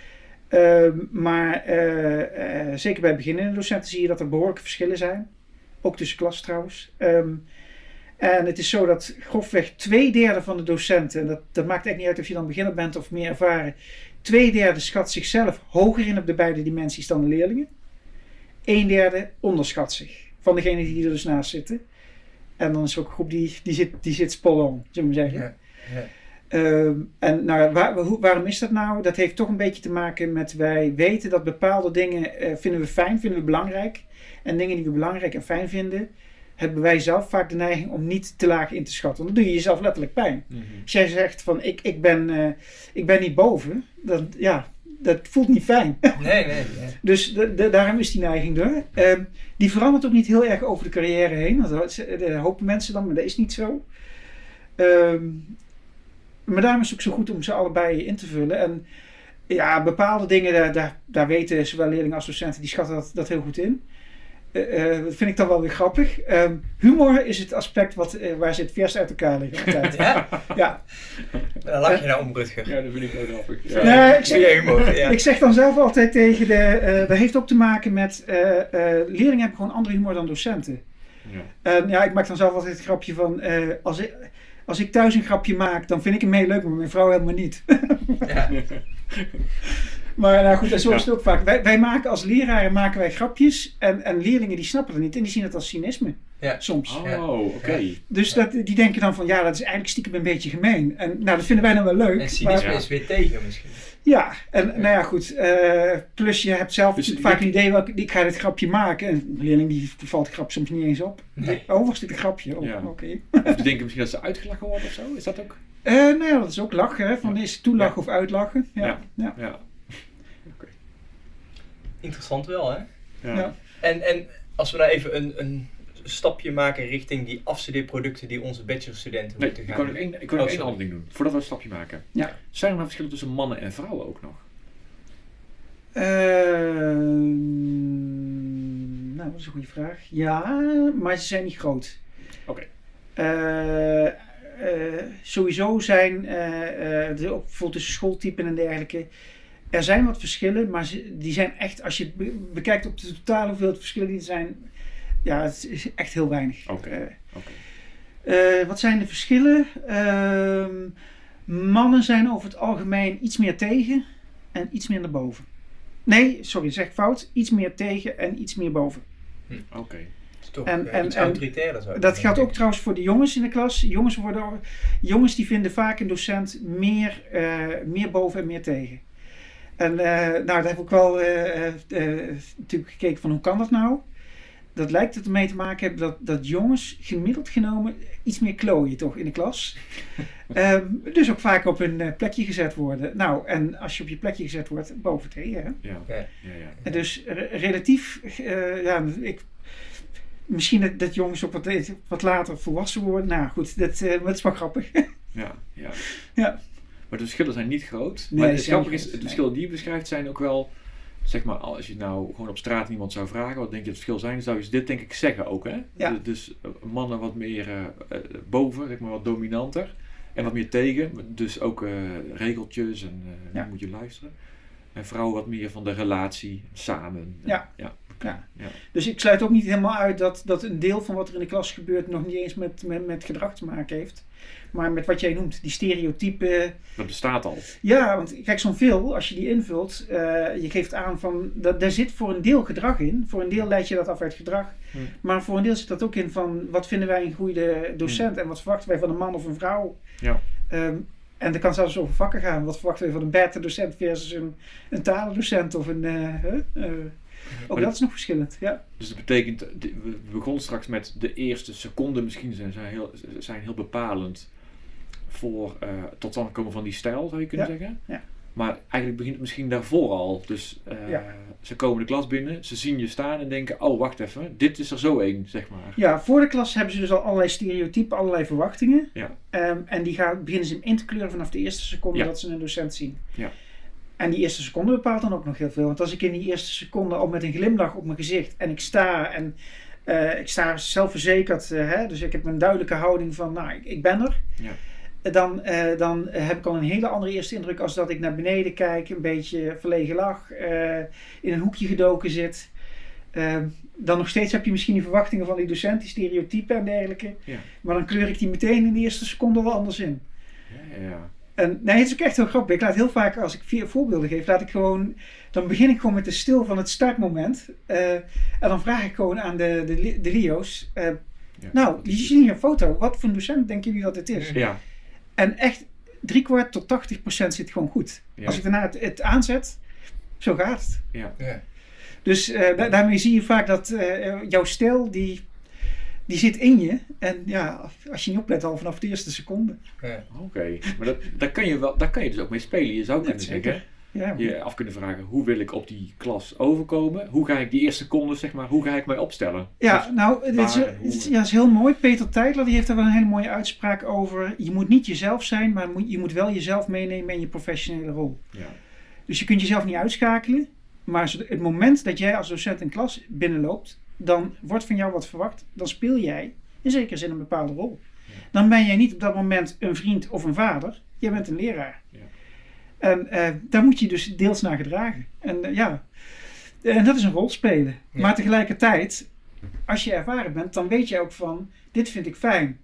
S3: Maar zeker bij beginnende docenten zie je dat er behoorlijke verschillen zijn. Ook tussen klassen trouwens. En het is zo dat grofweg 2/3 van de docenten, en dat maakt echt niet uit of je dan beginner bent of meer ervaren, 2/3 schat zichzelf hoger in op de beide dimensies dan de leerlingen. 1/3 onderschat zich van degenen die er dus naast zitten. En dan is er ook een groep die zit spot on, zullen we zeggen. Ja, ja. En nou, waarom is dat nou? Dat heeft toch een beetje te maken met wij weten dat bepaalde dingen vinden we fijn, vinden we belangrijk. En dingen die we belangrijk en fijn vinden, hebben wij zelf vaak de neiging om niet te laag in te schatten. Want dan doe je jezelf letterlijk pijn. Mm-hmm. Als jij zegt van ik ben niet boven, dan, ja, dat voelt niet fijn. Nee. Dus daarom is die neiging er. Die verandert ook niet heel erg over de carrière heen. Dat hopen mensen dan, maar dat is niet zo. Maar daarom is het ook zo goed om ze allebei in te vullen. En ja, bepaalde dingen, daar weten zowel leerlingen als docenten, die schatten dat heel goed in. Dat vind ik dan wel weer grappig. Humor is het aspect waar ze het verst uit elkaar liggen altijd. Ja.
S1: Dan lach je nou om, Rutger.
S2: Ja, dat vind ik wel grappig. Ja.
S3: Ik zeg dan zelf altijd tegen dat heeft ook te maken met leerlingen hebben gewoon andere humor dan docenten. Ja. Ik maak dan zelf altijd het grapje van als ik thuis een grapje maak, dan vind ik hem heel leuk, maar mijn vrouw helemaal niet. Ja. Maar nou goed, en zo is het ook vaak. Wij maken als leraren grapjes en leerlingen die snappen het niet en die zien het als cynisme. Ja. Soms.
S2: Oh, oké.
S3: Ja. Dus die denken dan van, ja, dat is eigenlijk stiekem een beetje gemeen. En nou, dat vinden wij dan wel leuk.
S1: En cynisme is weer tegen misschien.
S3: Ja, en nou ja, goed. Plus je hebt zelf
S2: Dus
S3: vaak een idee, ik ga dit grapje maken. En de leerling die valt het grap soms niet eens op.
S1: Nee.
S3: Oh, was dit een grapje? Oh,
S2: Ja.
S3: oké.
S2: Of die denken misschien dat ze uitgelachen worden of zo? Is dat ook?
S3: Nou ja, dat is ook lachen. Hè? Van is het toelachen of uitlachen? Ja.
S2: Ja.
S1: Interessant wel, hè?
S3: Ja.
S1: En als we nou even een stapje maken richting die afstudeerproducten die onze bachelorstudenten
S2: Nee,
S1: moeten
S2: ik
S1: gaan
S2: kan nog
S1: doen.
S2: één
S1: sorry.
S2: ander ding doen, voordat we een stapje maken.
S3: Ja.
S2: Zijn er nou verschillen tussen mannen en vrouwen ook nog?
S3: Nou, dat is een goede vraag. Ja, maar ze zijn niet groot.
S2: Oké.
S3: Sowieso zijn bijvoorbeeld tussen schooltypen en dergelijke. Er zijn wat verschillen, maar die zijn echt, als je het bekijkt op de totale hoeveelheid verschillen die er zijn, ja, het is echt heel weinig.
S2: Oké.
S3: Wat zijn de verschillen? Mannen zijn over het algemeen iets meer tegen en iets meer naar boven. Nee, sorry, zeg ik fout. Iets meer tegen en iets meer boven.
S2: Oké.
S1: is toch
S3: En-
S1: iets
S3: en-
S1: autoritairder zou ik
S3: Dat
S1: denken.
S3: geldt ook trouwens voor de jongens in de klas. Jongens die vinden vaak een docent meer boven en meer tegen. En nou, daar heb ik wel natuurlijk gekeken van hoe kan dat nou? Dat lijkt het ermee te maken hebben dat jongens gemiddeld genomen iets meer klooien toch in de klas. Dus ook vaak op een plekje gezet worden. Nou, en als je op je plekje gezet wordt, boven tegen. Hè?
S2: Ja.
S1: Ja.
S3: En dus relatief, misschien dat jongens ook wat later volwassen worden. Nou goed, dat is wel grappig.
S2: Ja.
S3: Ja.
S2: Maar de verschillen zijn niet groot.
S3: Nee,
S2: Maar
S3: ze
S2: het
S3: zijn
S2: grappige
S3: niet
S2: is,
S3: groot,
S2: de verschillen die je beschrijft zijn ook wel, zeg maar, als je nou gewoon op straat iemand zou vragen, wat denk je het verschil zijn, dan zou je dit denk ik zeggen ook, hè?
S3: Ja.
S2: Dus mannen wat meer boven, zeg maar wat dominanter, en wat meer tegen, dus ook regeltjes en
S3: Ja.
S2: hoe moet je luisteren. En vrouwen wat meer van de relatie, samen.
S3: Ja.
S2: Ja.
S3: Ja. Dus ik sluit ook niet helemaal uit dat een deel van wat er in de klas gebeurt nog niet eens met gedrag te maken heeft. Maar met wat jij noemt, die stereotypen.
S2: Dat bestaat al.
S3: Ja, want kijk, zo'n veel, als je die invult, je geeft aan van, daar zit voor een deel gedrag in. Voor een deel leid je dat af uit gedrag. Maar voor een deel zit dat ook in van, wat vinden wij een goede docent en wat verwachten wij van een man of een vrouw.
S2: Ja.
S3: En dat kan zelfs over vakken gaan. Wat verwachten wij van een beta-docent versus een talendocent of een... ook dat is nog verschillend, ja.
S2: Dus dat betekent, we begonnen straks met de eerste seconden misschien zijn heel bepalend voor tot stand komen van die stijl, zou je kunnen zeggen.
S3: Ja.
S2: Maar eigenlijk begint het misschien daarvoor al. Dus ze komen de klas binnen, ze zien je staan en denken, oh wacht even, dit is er zo één, zeg maar.
S3: Ja, voor de klas hebben ze dus al allerlei stereotypen, allerlei verwachtingen.
S2: Ja.
S3: En die beginnen ze in te kleuren vanaf de eerste seconde dat ze een docent zien.
S2: Ja.
S3: En die eerste seconde bepaalt dan ook nog heel veel. Want als ik in die eerste seconde al met een glimlach op mijn gezicht en ik sta zelfverzekerd, dus ik heb een duidelijke houding van, nou, ik ben er.
S2: Ja.
S3: Dan heb ik al een hele andere eerste indruk als dat ik naar beneden kijk, een beetje verlegen lach, in een hoekje gedoken zit. Dan nog steeds heb je misschien die verwachtingen van die docent, die stereotypen en dergelijke.
S2: Ja.
S3: Maar dan kleur ik die meteen in de eerste seconde wel anders in.
S2: Ja.
S3: En nee, het is ook echt heel grappig. Ik laat heel vaak, als ik voorbeelden geef, dan begin ik gewoon met de stil van het startmoment. En dan vraag ik gewoon aan de Lio's. Nou, die zien hier een foto. Wat voor een docent denken jullie dat het is?
S2: Ja.
S3: En echt 3/4 tot 80% zit gewoon goed.
S2: Ja.
S3: Als ik daarna het aanzet, zo gaat het.
S2: Ja.
S3: Dus daarmee zie je vaak dat jouw stijl, die zit in je. En ja, als je niet oplet, al vanaf de eerste seconde.
S1: Ja.
S2: Oké. Maar daar kan je dus ook mee spelen. Je zou kunnen zeggen,
S3: Ja.
S2: je af kunnen vragen, hoe wil ik op die klas overkomen? Hoe ga ik die eerste seconde, zeg maar, hoe ga ik mij opstellen?
S3: Ja,
S2: Dus
S3: nou, het is heel mooi. Peter Teitler die heeft daar wel een hele mooie uitspraak over. Je moet niet jezelf zijn, maar je moet wel jezelf meenemen in je professionele rol.
S2: Ja.
S3: Dus je kunt jezelf niet uitschakelen. Maar het moment dat jij als docent een klas binnenloopt, dan wordt van jou wat verwacht. Dan speel jij in zekere zin een bepaalde rol.
S2: Ja.
S3: Dan ben jij niet op dat moment een vriend of een vader. Jij bent een leraar.
S2: Ja.
S3: En daar moet je dus deels naar gedragen. En dat is een rol spelen.
S1: Ja.
S3: Maar tegelijkertijd, als je ervaren bent, dan weet je ook van, dit vind ik fijn.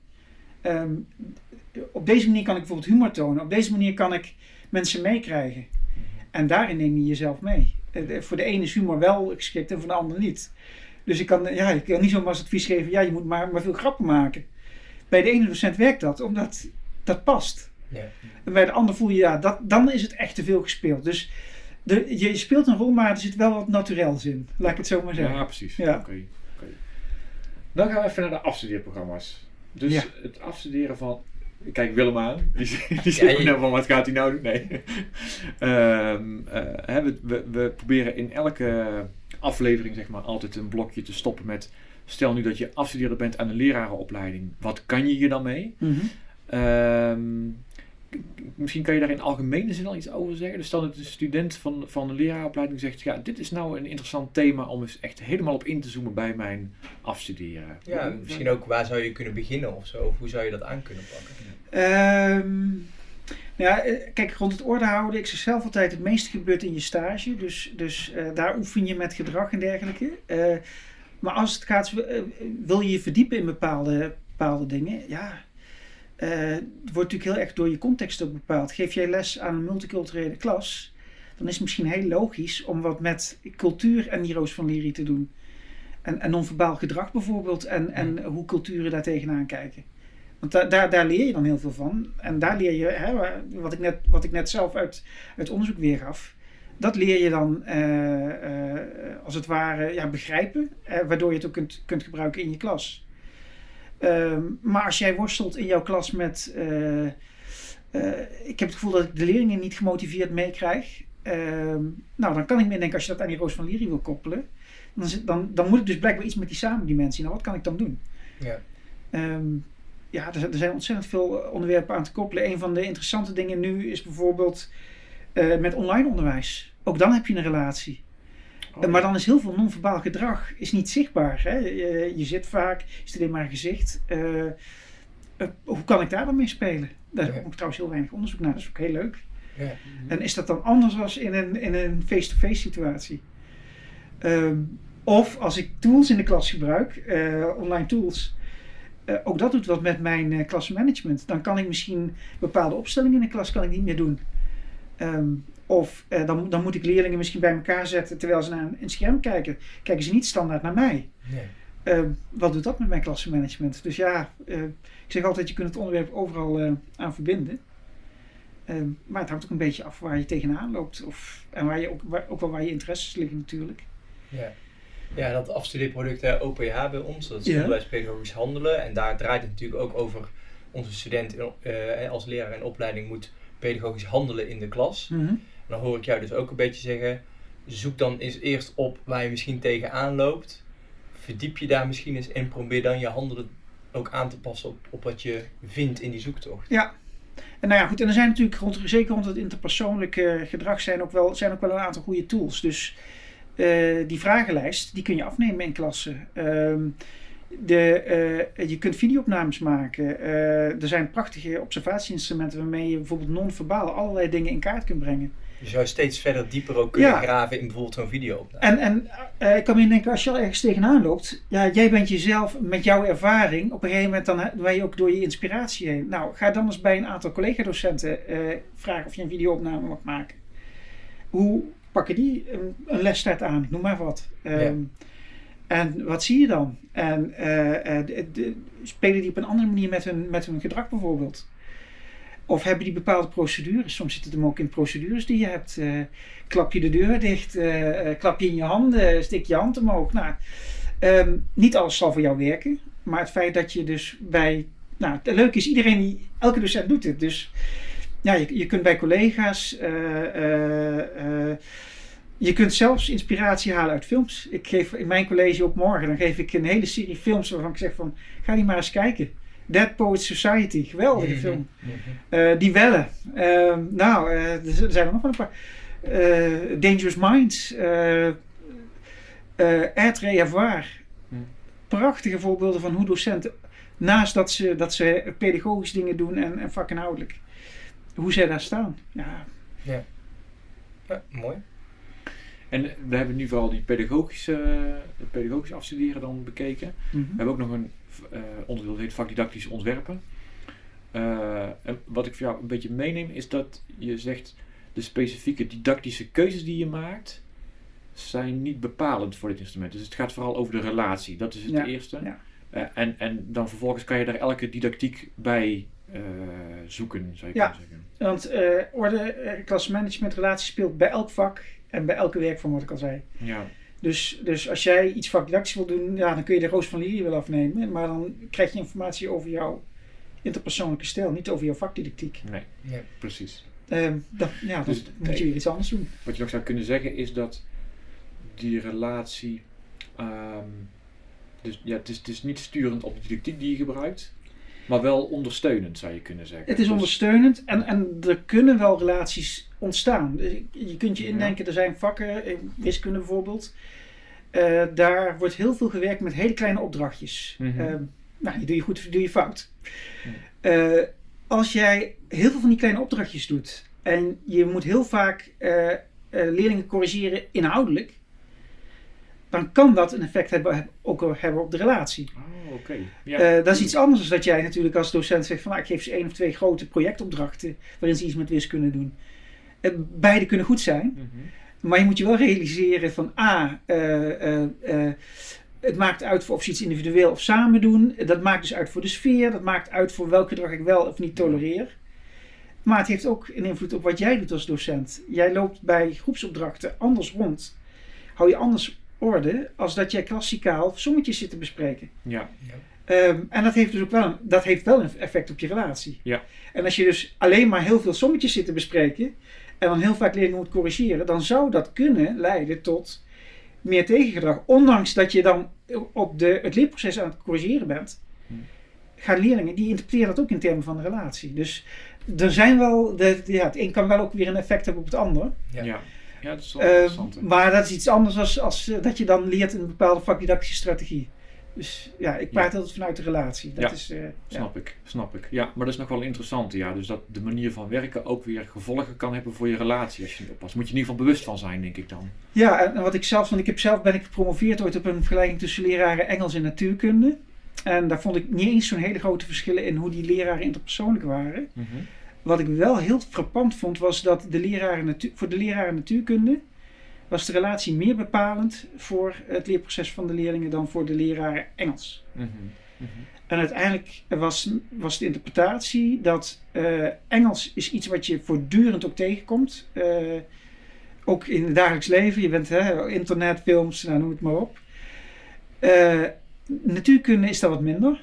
S3: Op deze manier kan ik bijvoorbeeld humor tonen. Op deze manier kan ik mensen meekrijgen. En daarin neem je jezelf mee. Voor de ene is humor wel geschikt en voor de ander niet. Dus ik kan niet zomaar als advies geven, ja, je moet maar veel grappen maken. Bij de ene docent werkt dat, omdat dat past.
S1: Ja.
S3: En bij de ander voel je, dan is het echt te veel gespeeld. Dus je speelt een rol, maar er zit wel wat naturels in. Laat ik het zo maar zeggen.
S2: Ja, precies.
S3: Ja.
S2: Oké. Dan gaan we even naar de afstudeerprogramma's. Dus het afstuderen van... Kijk Willem aan. Die zegt nou van wat gaat hij nou doen? Nee. We proberen in elke aflevering zeg maar altijd een blokje te stoppen met... Stel nu dat je afstudeerder bent aan een lerarenopleiding. Wat kan je hier dan mee? Mm-hmm. Misschien kan je daar in algemene zin al iets over zeggen. Dus stel dat een student van een leraaropleiding zegt... Ja, dit is nou een interessant thema om eens echt helemaal op in te zoomen bij mijn afstuderen.
S1: Ja, misschien ook waar zou je kunnen beginnen of zo? Of hoe zou je dat aan kunnen pakken?
S3: Kijk, rond het orde houden. Ik zeg zelf altijd, het meeste gebeurt in je stage. Dus daar oefen je met gedrag en dergelijke. Maar als het gaat, wil je je verdiepen in bepaalde dingen? Ja... het wordt natuurlijk heel erg door je context ook bepaald. Geef jij les aan een multiculturele klas, dan is het misschien heel logisch om wat met cultuur en die Roos van Lirie te doen. En non-verbaal gedrag bijvoorbeeld en hoe culturen daar tegenaan kijken. Want daar leer je dan heel veel van. En daar leer je, wat ik net zelf uit onderzoek weergaf, dat leer je dan als het ware begrijpen, waardoor je het ook kunt gebruiken in je klas. Maar als jij worstelt in jouw klas met... ik heb het gevoel dat ik de leerlingen niet gemotiveerd meekrijg. Dan kan ik me denken, als je dat aan die Roos van Lirie wil koppelen... Dan moet ik dus blijkbaar iets met die samendimensie. Nou, wat kan ik dan doen?
S1: Ja.
S3: Er zijn ontzettend veel onderwerpen aan te koppelen. Een van de interessante dingen nu is bijvoorbeeld met online onderwijs. Ook dan heb je een relatie. Maar dan is heel veel non-verbaal gedrag is niet zichtbaar. Hè? Je zit vaak, is het alleen maar een gezicht. Hoe kan ik daar dan mee spelen? Daar heb ik trouwens heel weinig onderzoek naar. Dat is ook heel leuk.
S1: Ja.
S3: En is dat dan anders dan in een face-to-face situatie? Of als ik tools in de klas gebruik, online tools... ook dat doet wat met mijn klassenmanagement. Dan kan ik misschien bepaalde opstellingen in de klas kan ik niet meer doen. Dan moet ik leerlingen misschien bij elkaar zetten terwijl ze naar een scherm kijken. Kijken ze niet standaard naar mij. Nee. Wat doet dat met mijn klassenmanagement? Dus ik zeg altijd, je kunt het onderwerp overal aan verbinden. Maar het hangt ook een beetje af waar je tegenaan loopt. En waar je interesses liggen natuurlijk.
S1: Ja, dat afstudeerproduct OPH bij ons, dat is onderwijspedagogisch handelen. En daar draait het natuurlijk ook over onze student als leraar in opleiding moet pedagogisch handelen in de klas. Mm-hmm. En dan hoor ik jou dus ook een beetje zeggen, zoek dan eens eerst op waar je misschien tegenaan loopt. Verdiep je daar misschien eens in, probeer dan je handelen ook aan te passen op wat je vindt in die zoektocht.
S3: Ja. En goed, en er zijn natuurlijk zeker rond het interpersoonlijke gedrag zijn ook wel een aantal goede tools. Dus die vragenlijst, die kun je afnemen in klassen. Je kunt videoopnames maken. Er zijn prachtige observatieinstrumenten waarmee je bijvoorbeeld non-verbaal allerlei dingen in kaart kunt brengen.
S1: Je zou steeds verder dieper ook kunnen graven in bijvoorbeeld zo'n videoopname.
S3: En ik kan me denken, als je al ergens tegenaan loopt, jij bent jezelf met jouw ervaring, op een gegeven moment dan ben je ook door je inspiratie heen. Nou, ga dan eens bij een aantal collega-docenten vragen of je een videoopname mag maken. Hoe pakken die een lesstart aan? Noem maar wat. En wat zie je dan? En spelen die op een andere manier met hun gedrag bijvoorbeeld? Of hebben die bepaalde procedures? Soms zit het hem ook in procedures die je hebt. Klap je de deur dicht, klap je in je handen, stik je hand omhoog. Nou, niet alles zal voor jou werken. Maar het feit dat je dus het leuke is, elke docent doet het. Dus je kunt bij collega's... je kunt zelfs inspiratie halen uit films. Ik geef in mijn college ook morgen, dan geef ik een hele serie films waarvan ik zeg van, ga die maar eens kijken. Dead Poets Society, geweldige film. Die Welle. Er zijn er nog wel een paar. Dangerous Minds. Air Reservoir. Prachtige voorbeelden van hoe docenten, naast dat ze pedagogisch dingen doen en vakinhoudelijk, hoe zij daar staan.
S1: Ja, mooi.
S2: En we hebben nu vooral die pedagogisch afstuderen dan bekeken. Mm-hmm. We hebben ook nog een onderdeel dat heet vakdidactisch ontwerpen. En wat ik voor jou een beetje meeneem is dat je zegt de specifieke didactische keuzes die je maakt zijn niet bepalend voor dit instrument. Dus het gaat vooral over de relatie. Dat is het eerste. Ja. En dan vervolgens kan je daar elke didactiek bij zoeken, zou je kunnen zeggen.
S3: Want orde, klassemanagement, relatie speelt bij elk vak en bij elke werkvorm, wat ik al zei.
S2: Ja.
S3: Dus als jij iets vakdidactisch wil doen, dan kun je de roos van Lier wel afnemen. Maar dan krijg je informatie over jouw interpersoonlijke stijl, niet over jouw vakdidactiek.
S2: Nee, precies.
S3: Dan moet je weer iets anders doen.
S2: Wat je nog zou kunnen zeggen is dat die relatie... het is niet sturend op de didactiek die je gebruikt, maar wel ondersteunend, zou je kunnen zeggen.
S3: Het is ondersteunend en er kunnen wel relaties ontstaan. Je kunt je indenken, er zijn vakken, wiskunde bijvoorbeeld. Daar wordt heel veel gewerkt met hele kleine opdrachtjes. Je doe je goed, doe je fout. Als jij heel veel van die kleine opdrachtjes doet en je moet heel vaak leerlingen corrigeren inhoudelijk, dan kan dat een effect hebben op de relatie.
S2: Oh, oké. Ja.
S3: Dat is iets anders dan dat jij natuurlijk als docent zegt van ik geef ze 1 of 2 grote projectopdrachten waarin ze iets met wiskunde doen. Beide kunnen goed zijn, maar je moet je wel realiseren van het maakt uit of ze iets individueel of samen doen. Dat maakt dus uit voor de sfeer, dat maakt uit voor welk gedrag ik wel of niet tolereer. Maar het heeft ook een invloed op wat jij doet als docent. Jij loopt bij groepsopdrachten anders rond. Hou je anders orde als dat jij klassikaal sommetjes zit te bespreken.
S2: Ja.
S3: En dat heeft dus ook wel een effect op je relatie.
S2: Ja.
S3: En als je dus alleen maar heel veel sommetjes zit te bespreken en dan heel vaak leerlingen moet corrigeren, dan zou dat kunnen leiden tot meer tegengedrag. Ondanks dat je dan op het leerproces aan het corrigeren bent, gaan leerlingen, die interpreteren dat ook in termen van de relatie. Dus er zijn wel, het een kan wel ook weer een effect hebben op het ander.
S2: Ja, dat is wel interessant.
S3: Maar dat is iets anders als dat je dan leert een bepaalde vakdidactische strategie. Dus ik praat altijd vanuit de relatie.
S2: Snap ik. Ja, maar dat is nog wel interessant. Ja. Dus dat de manier van werken ook weer gevolgen kan hebben voor je relatie als je niet oppast. Moet je in ieder geval bewust van zijn, denk ik dan.
S3: Ja, en wat ik zelf, want ben ik gepromoveerd ooit op een vergelijking tussen leraren Engels en natuurkunde. En daar vond ik niet eens zo'n hele grote verschillen in hoe die leraren interpersoonlijk waren. Wat ik wel heel frappant vond, was dat voor de leraren natuurkunde was de relatie meer bepalend voor het leerproces van de leerlingen dan voor de leraren Engels. En uiteindelijk was de interpretatie dat Engels is iets wat je voortdurend ook tegenkomt. Ook in het dagelijks leven. Je bent internet, films, noem het maar op. Natuurkunde is dat wat minder.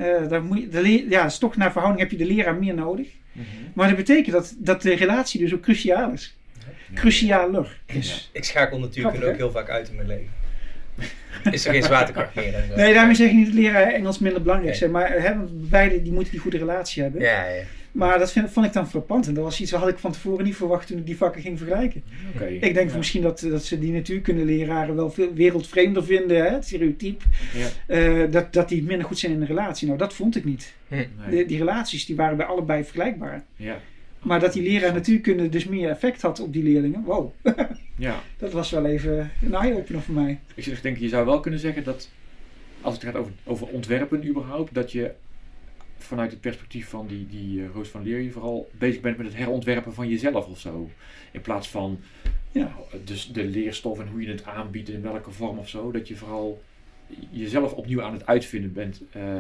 S3: Dus toch naar verhouding heb je de leraar meer nodig. Maar dat betekent dat de relatie dus ook cruciaal is. Crucialer.
S1: Ik schakel natuurkunde ook heel vaak uit in mijn leven. Is er geen zwaartekracht meer? En zo.
S3: Nee, daarmee zeg ik niet dat leraar Engels minder belangrijk zijn. Maar beide die moeten die goede relatie hebben.
S1: Ja.
S3: Maar dat vond ik dan frappant. En dat was iets wat had ik van tevoren niet verwacht toen ik die vakken ging vergelijken. Ik denk misschien dat ze die natuurkundeleraren wel veel wereldvreemder vinden. Het stereotype. Dat die minder goed zijn in de relatie. Nou, dat vond ik niet. Die relaties die waren bij allebei vergelijkbaar.
S2: Ja.
S3: Maar dat die leraar natuurkunde dus meer effect had op die leerlingen. Wow. Dat was wel even een eye-opener voor mij.
S2: Ik denk, je zou wel kunnen zeggen dat als het gaat over ontwerpen überhaupt, dat je vanuit het perspectief van die Roos van Lier je vooral bezig bent met het herontwerpen van jezelf of zo. In plaats van dus de leerstof en hoe je het aanbiedt in welke vorm of zo. Dat je vooral jezelf opnieuw aan het uitvinden bent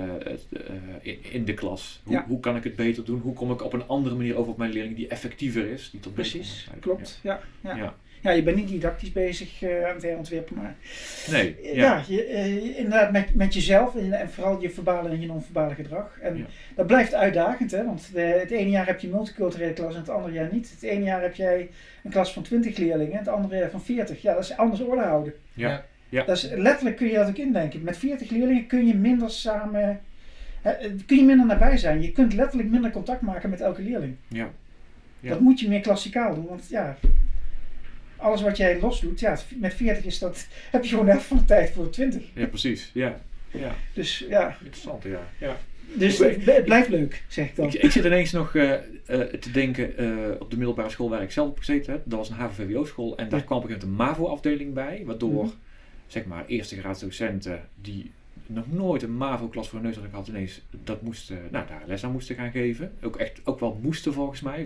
S2: in de klas. Hoe kan ik het beter doen? Hoe kom ik op een andere manier over op mijn leerling die effectiever is? Die tot
S3: precies, klopt. Ja, je bent niet didactisch bezig aan het herontwerpen, maar
S2: nee,
S3: inderdaad met jezelf en vooral je verbale en je non-verbale gedrag. En dat blijft uitdagend, hè? Want het ene jaar heb je een multiculturele klas en het andere jaar niet. Het ene jaar heb jij een klas van 20 leerlingen, het andere jaar van 40. Ja, dat is anders orde houden.
S2: Ja.
S3: Dat is, letterlijk kun je dat ook indenken. Met 40 leerlingen kun je minder samen, kun je minder nabij zijn. Je kunt letterlijk minder contact maken met elke leerling.
S2: Ja.
S3: Dat moet je meer klassikaal doen, want alles wat jij los doet, met 40 heb je gewoon de helft van de tijd voor 20.
S2: Ja, precies. Ja.
S3: Dus
S2: interessant, ja.
S3: Dus het blijft leuk, zeg ik dan.
S2: Ik zit ineens nog te denken op de middelbare school waar ik zelf op gezeten heb. Dat was een HAVO-VWO-school en daar kwam op een gegeven moment een MAVO-afdeling bij, waardoor zeg maar eerste graadsdocenten die nog nooit een MAVO-klas voor hun neus hadden gehad ineens daar les aan moesten gaan geven. Ook wel moesten volgens mij.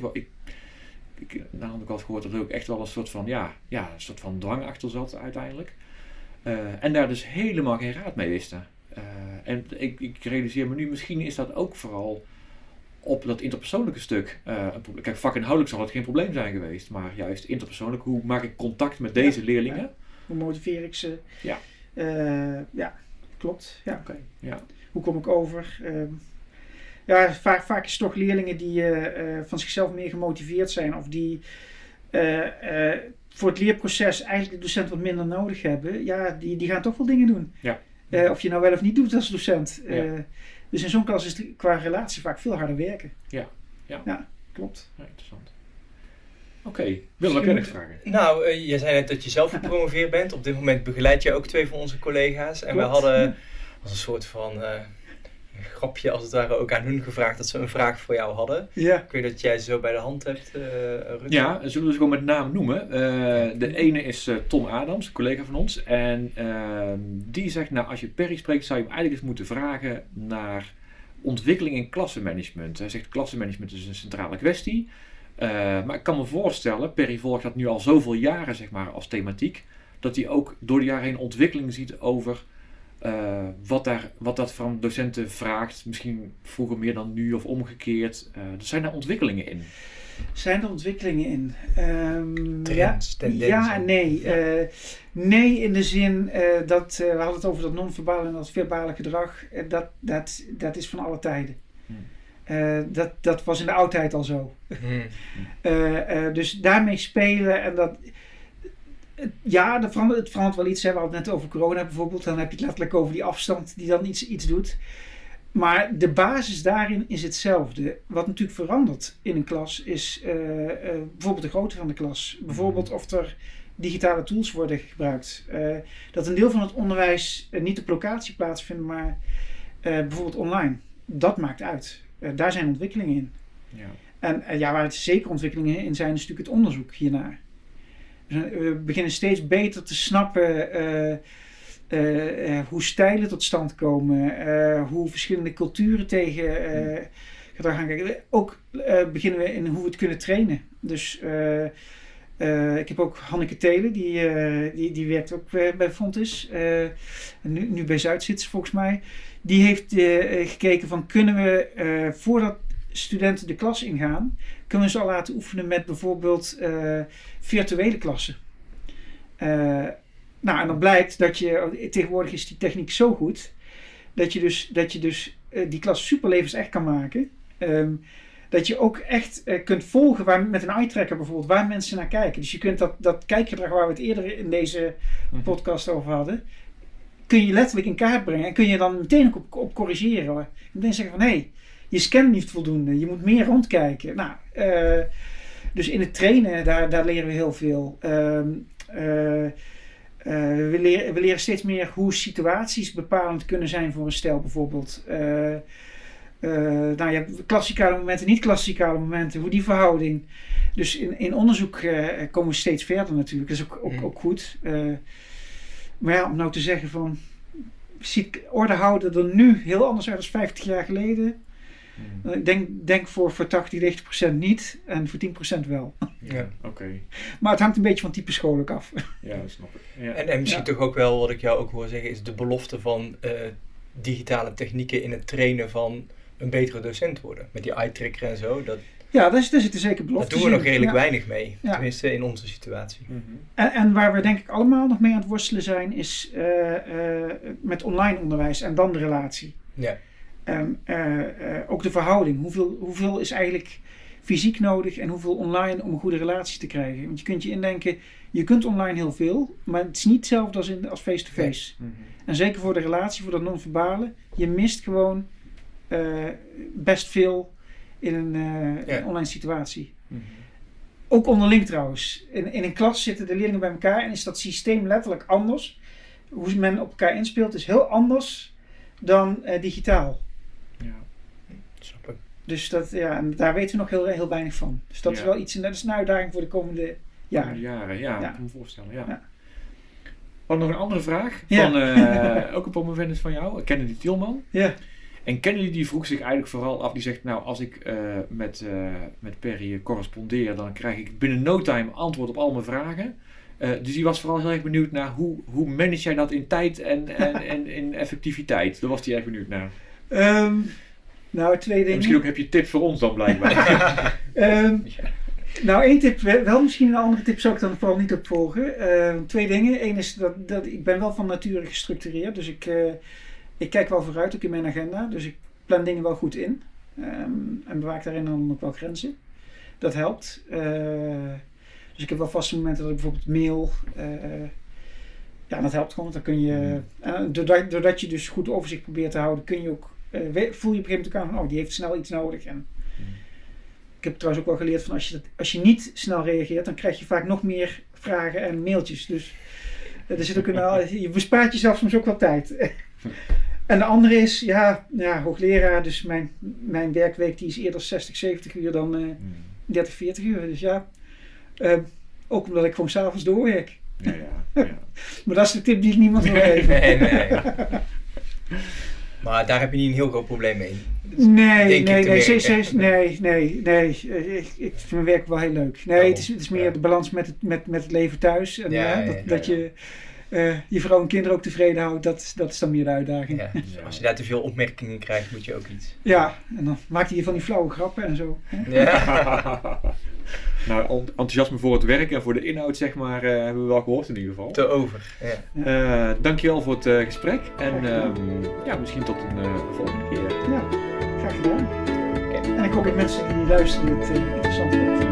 S2: Nou had ik al gehoord dat er ook echt wel een soort van dwang achter zat uiteindelijk. En daar dus helemaal geen raad mee wisten. En ik realiseer me nu, misschien is dat ook vooral op dat interpersoonlijke stuk een probleem. Kijk, vakinhoudelijk zal het geen probleem zijn geweest, maar juist interpersoonlijk, hoe maak ik contact met deze leerlingen?
S3: Ja. Hoe motiveer ik ze?
S2: Ja.
S3: Klopt. Ja.
S2: Okay, ja.
S3: Hoe kom ik over? Vaak is het toch leerlingen die van zichzelf meer gemotiveerd zijn of die voor het leerproces eigenlijk de docent wat minder nodig hebben. Ja, die gaan toch wel dingen doen.
S2: Ja.
S3: Of je nou wel of niet doet als docent. Dus in zo'n klas is het qua relatie vaak veel harder werken.
S2: Ja,
S3: klopt.
S2: Ja, interessant. Oké, Willem, heb jij nog vragen?
S1: Nou, je zei net dat je zelf gepromoveerd bent. Op dit moment begeleid je ook 2 van onze collega's. En
S3: Klopt.
S1: we hadden als een soort van grapje als het ware ook aan hun gevraagd dat ze een vraag voor jou hadden.
S3: Ja.
S1: Kun je dat jij ze zo bij de hand hebt, Rutte?
S2: Ja, zullen we ze gewoon met naam noemen. De ene is Tom Adams, een collega van ons. En die zegt, nou als je Perry spreekt zou je hem eigenlijk eens moeten vragen naar ontwikkeling in klassenmanagement. Hij zegt klassenmanagement is een centrale kwestie. Maar ik kan me voorstellen, Perry volgt dat nu al zoveel jaren zeg maar, als thematiek, dat hij ook door de jaren heen ontwikkeling ziet over wat dat van docenten vraagt. Misschien vroeger meer dan nu of omgekeerd. Er zijn daar ontwikkelingen in.
S3: Zijn er ontwikkelingen in?
S1: Trends, tendensen?
S3: Ja en nee. Nee in de zin dat, we hadden het over dat non-verbale en dat verbale gedrag. Dat is van alle tijden. Dat was in de oudheid al zo. Dus daarmee spelen en dat... Ja, het verandert wel iets. We hadden het net over corona bijvoorbeeld. Dan heb je het letterlijk over die afstand die dan iets doet. Maar de basis daarin is hetzelfde. Wat natuurlijk verandert in een klas is bijvoorbeeld de grootte van de klas. Bijvoorbeeld of er digitale tools worden gebruikt. Dat een deel van het onderwijs niet op locatie plaatsvindt, maar bijvoorbeeld online. Dat maakt uit. Daar zijn ontwikkelingen in.
S2: Ja.
S3: En waar het zeker ontwikkelingen in zijn, is natuurlijk het onderzoek hiernaar. We beginnen steeds beter te snappen hoe stijlen tot stand komen, hoe verschillende culturen tegen gedrag gaan kijken. Ook beginnen we in hoe we het kunnen trainen. Dus ik heb ook Hanneke Telen, die werkt ook bij Fontis, nu bij Zuid zit ze volgens mij. Die heeft gekeken van kunnen we voordat studenten de klas ingaan, kunnen we ze al laten oefenen met bijvoorbeeld virtuele klassen. En dan blijkt dat je, tegenwoordig is die techniek zo goed, dat je dus die klas super levensecht kan maken. Dat je ook echt kunt volgen met een eye-tracker bijvoorbeeld, waar mensen naar kijken. Dus je kunt dat kijkgedrag waar we het eerder in deze podcast over hadden, kun je letterlijk in kaart brengen en kun je dan meteen op corrigeren. Hoor. Meteen zeggen van, hé, je scant niet voldoende, je moet meer rondkijken. Nou, dus in het trainen, daar leren we heel veel. We leren steeds meer hoe situaties bepalend kunnen zijn voor een stel bijvoorbeeld. Je hebt klassikale momenten, niet-klassikale momenten, hoe die verhouding. Dus in onderzoek komen we steeds verder natuurlijk, dat is ook goed. Maar ja, om nou te zeggen van, ziet orde houden er nu heel anders uit dan 50 jaar geleden. Denk voor 80-90% niet en voor 10% wel.
S2: Ja, oké.
S3: Maar het hangt een beetje van type school ook af.
S2: Ja, dat snap ik. Ja.
S1: En misschien toch ook wel, wat ik jou ook hoor zeggen, is de belofte van digitale technieken in het trainen van een betere docent worden. Met die eye-tracker en zo.
S3: Ja, daar zitten zeker beloftes in.
S1: Daar doen we nog redelijk weinig mee. Ja. Tenminste, in onze situatie.
S2: Mm-hmm.
S3: En waar we denk ik allemaal nog mee aan het worstelen zijn, is met online onderwijs en dan de relatie.
S1: Ja.
S3: En ook de verhouding. Hoeveel is eigenlijk fysiek nodig en hoeveel online om een goede relatie te krijgen? Want je kunt je indenken, je kunt online heel veel, maar het is niet hetzelfde als face-to-face.
S2: Mm-hmm.
S3: En zeker voor de relatie, voor dat non-verbale, je mist gewoon best veel in een online situatie.
S2: Mm-hmm.
S3: Ook onderling trouwens. In een klas zitten de leerlingen bij elkaar en is dat systeem letterlijk anders. Hoe men op elkaar inspeelt is heel anders dan digitaal.
S2: Ja,
S1: snap ik.
S3: Dus en daar weten we nog heel, heel weinig van. Dus dat is wel iets, en dat is een uitdaging voor de komende jaren.
S2: Ja, ik kan me voorstellen. Ja. We hadden nog een andere vraag van ook een promovendus van jou, Kennedy Tielman.
S3: Ja.
S2: En Kennedy die vroeg zich eigenlijk vooral af, die zegt nou als ik met Perry correspondeer, dan krijg ik binnen no time antwoord op al mijn vragen. Dus die was vooral heel erg benieuwd naar hoe manage jij dat in tijd en in effectiviteit. Daar was hij erg benieuwd naar.
S3: Nou, 2 dingen.
S2: En misschien ook heb je tips voor ons dan blijkbaar.
S3: Nou, 1 tip wel, misschien een andere tip zou ik dan vooral niet op volgen. 2 dingen. 1 is dat ik ben wel van nature gestructureerd. Dus ik kijk wel vooruit, ook in mijn agenda. Dus ik plan dingen wel goed in. En bewaak daarin dan ook wel grenzen. Dat helpt. Dus ik heb wel vaste momenten dat ik bijvoorbeeld mail. Ja, dat helpt gewoon. Dan kun je, doordat je dus goed overzicht probeert te houden, kun je ook, voel je op een gegeven moment ook aan van, die heeft snel iets nodig. En ik heb trouwens ook wel geleerd van als je niet snel reageert, dan krijg je vaak nog meer vragen en mailtjes. Dus er zit ook je bespaart jezelf soms ook wel tijd. En de andere is, hoogleraar, dus mijn werkweek die is eerder 60, 70 uur dan 30, 40 uur. Dus ja, ook omdat ik gewoon 's avonds doorwerk.
S2: Ja.
S3: Maar dat is de tip die ik niemand wil geven.
S1: Nee. Maar daar heb je niet een heel groot probleem mee.
S3: Nee. Ik vind mijn werk wel heel leuk. Nee, het is meer de balans met het leven thuis. En dat je je vrouw en kinderen ook tevreden houdt, dat is dan meer de uitdaging.
S1: Ja, als je daar te veel opmerkingen krijgt, moet je ook iets.
S3: Ja, en dan maakt hij van die flauwe grappen en zo.
S1: Ja.
S2: Nou, enthousiasme voor het werk en voor de inhoud, zeg maar, hebben we wel gehoord in ieder geval.
S1: Te over. Ja.
S2: Dankjewel voor het gesprek en misschien tot een volgende keer.
S3: Ja, graag gedaan. En ik hoop dat mensen die luisteren het interessant vinden.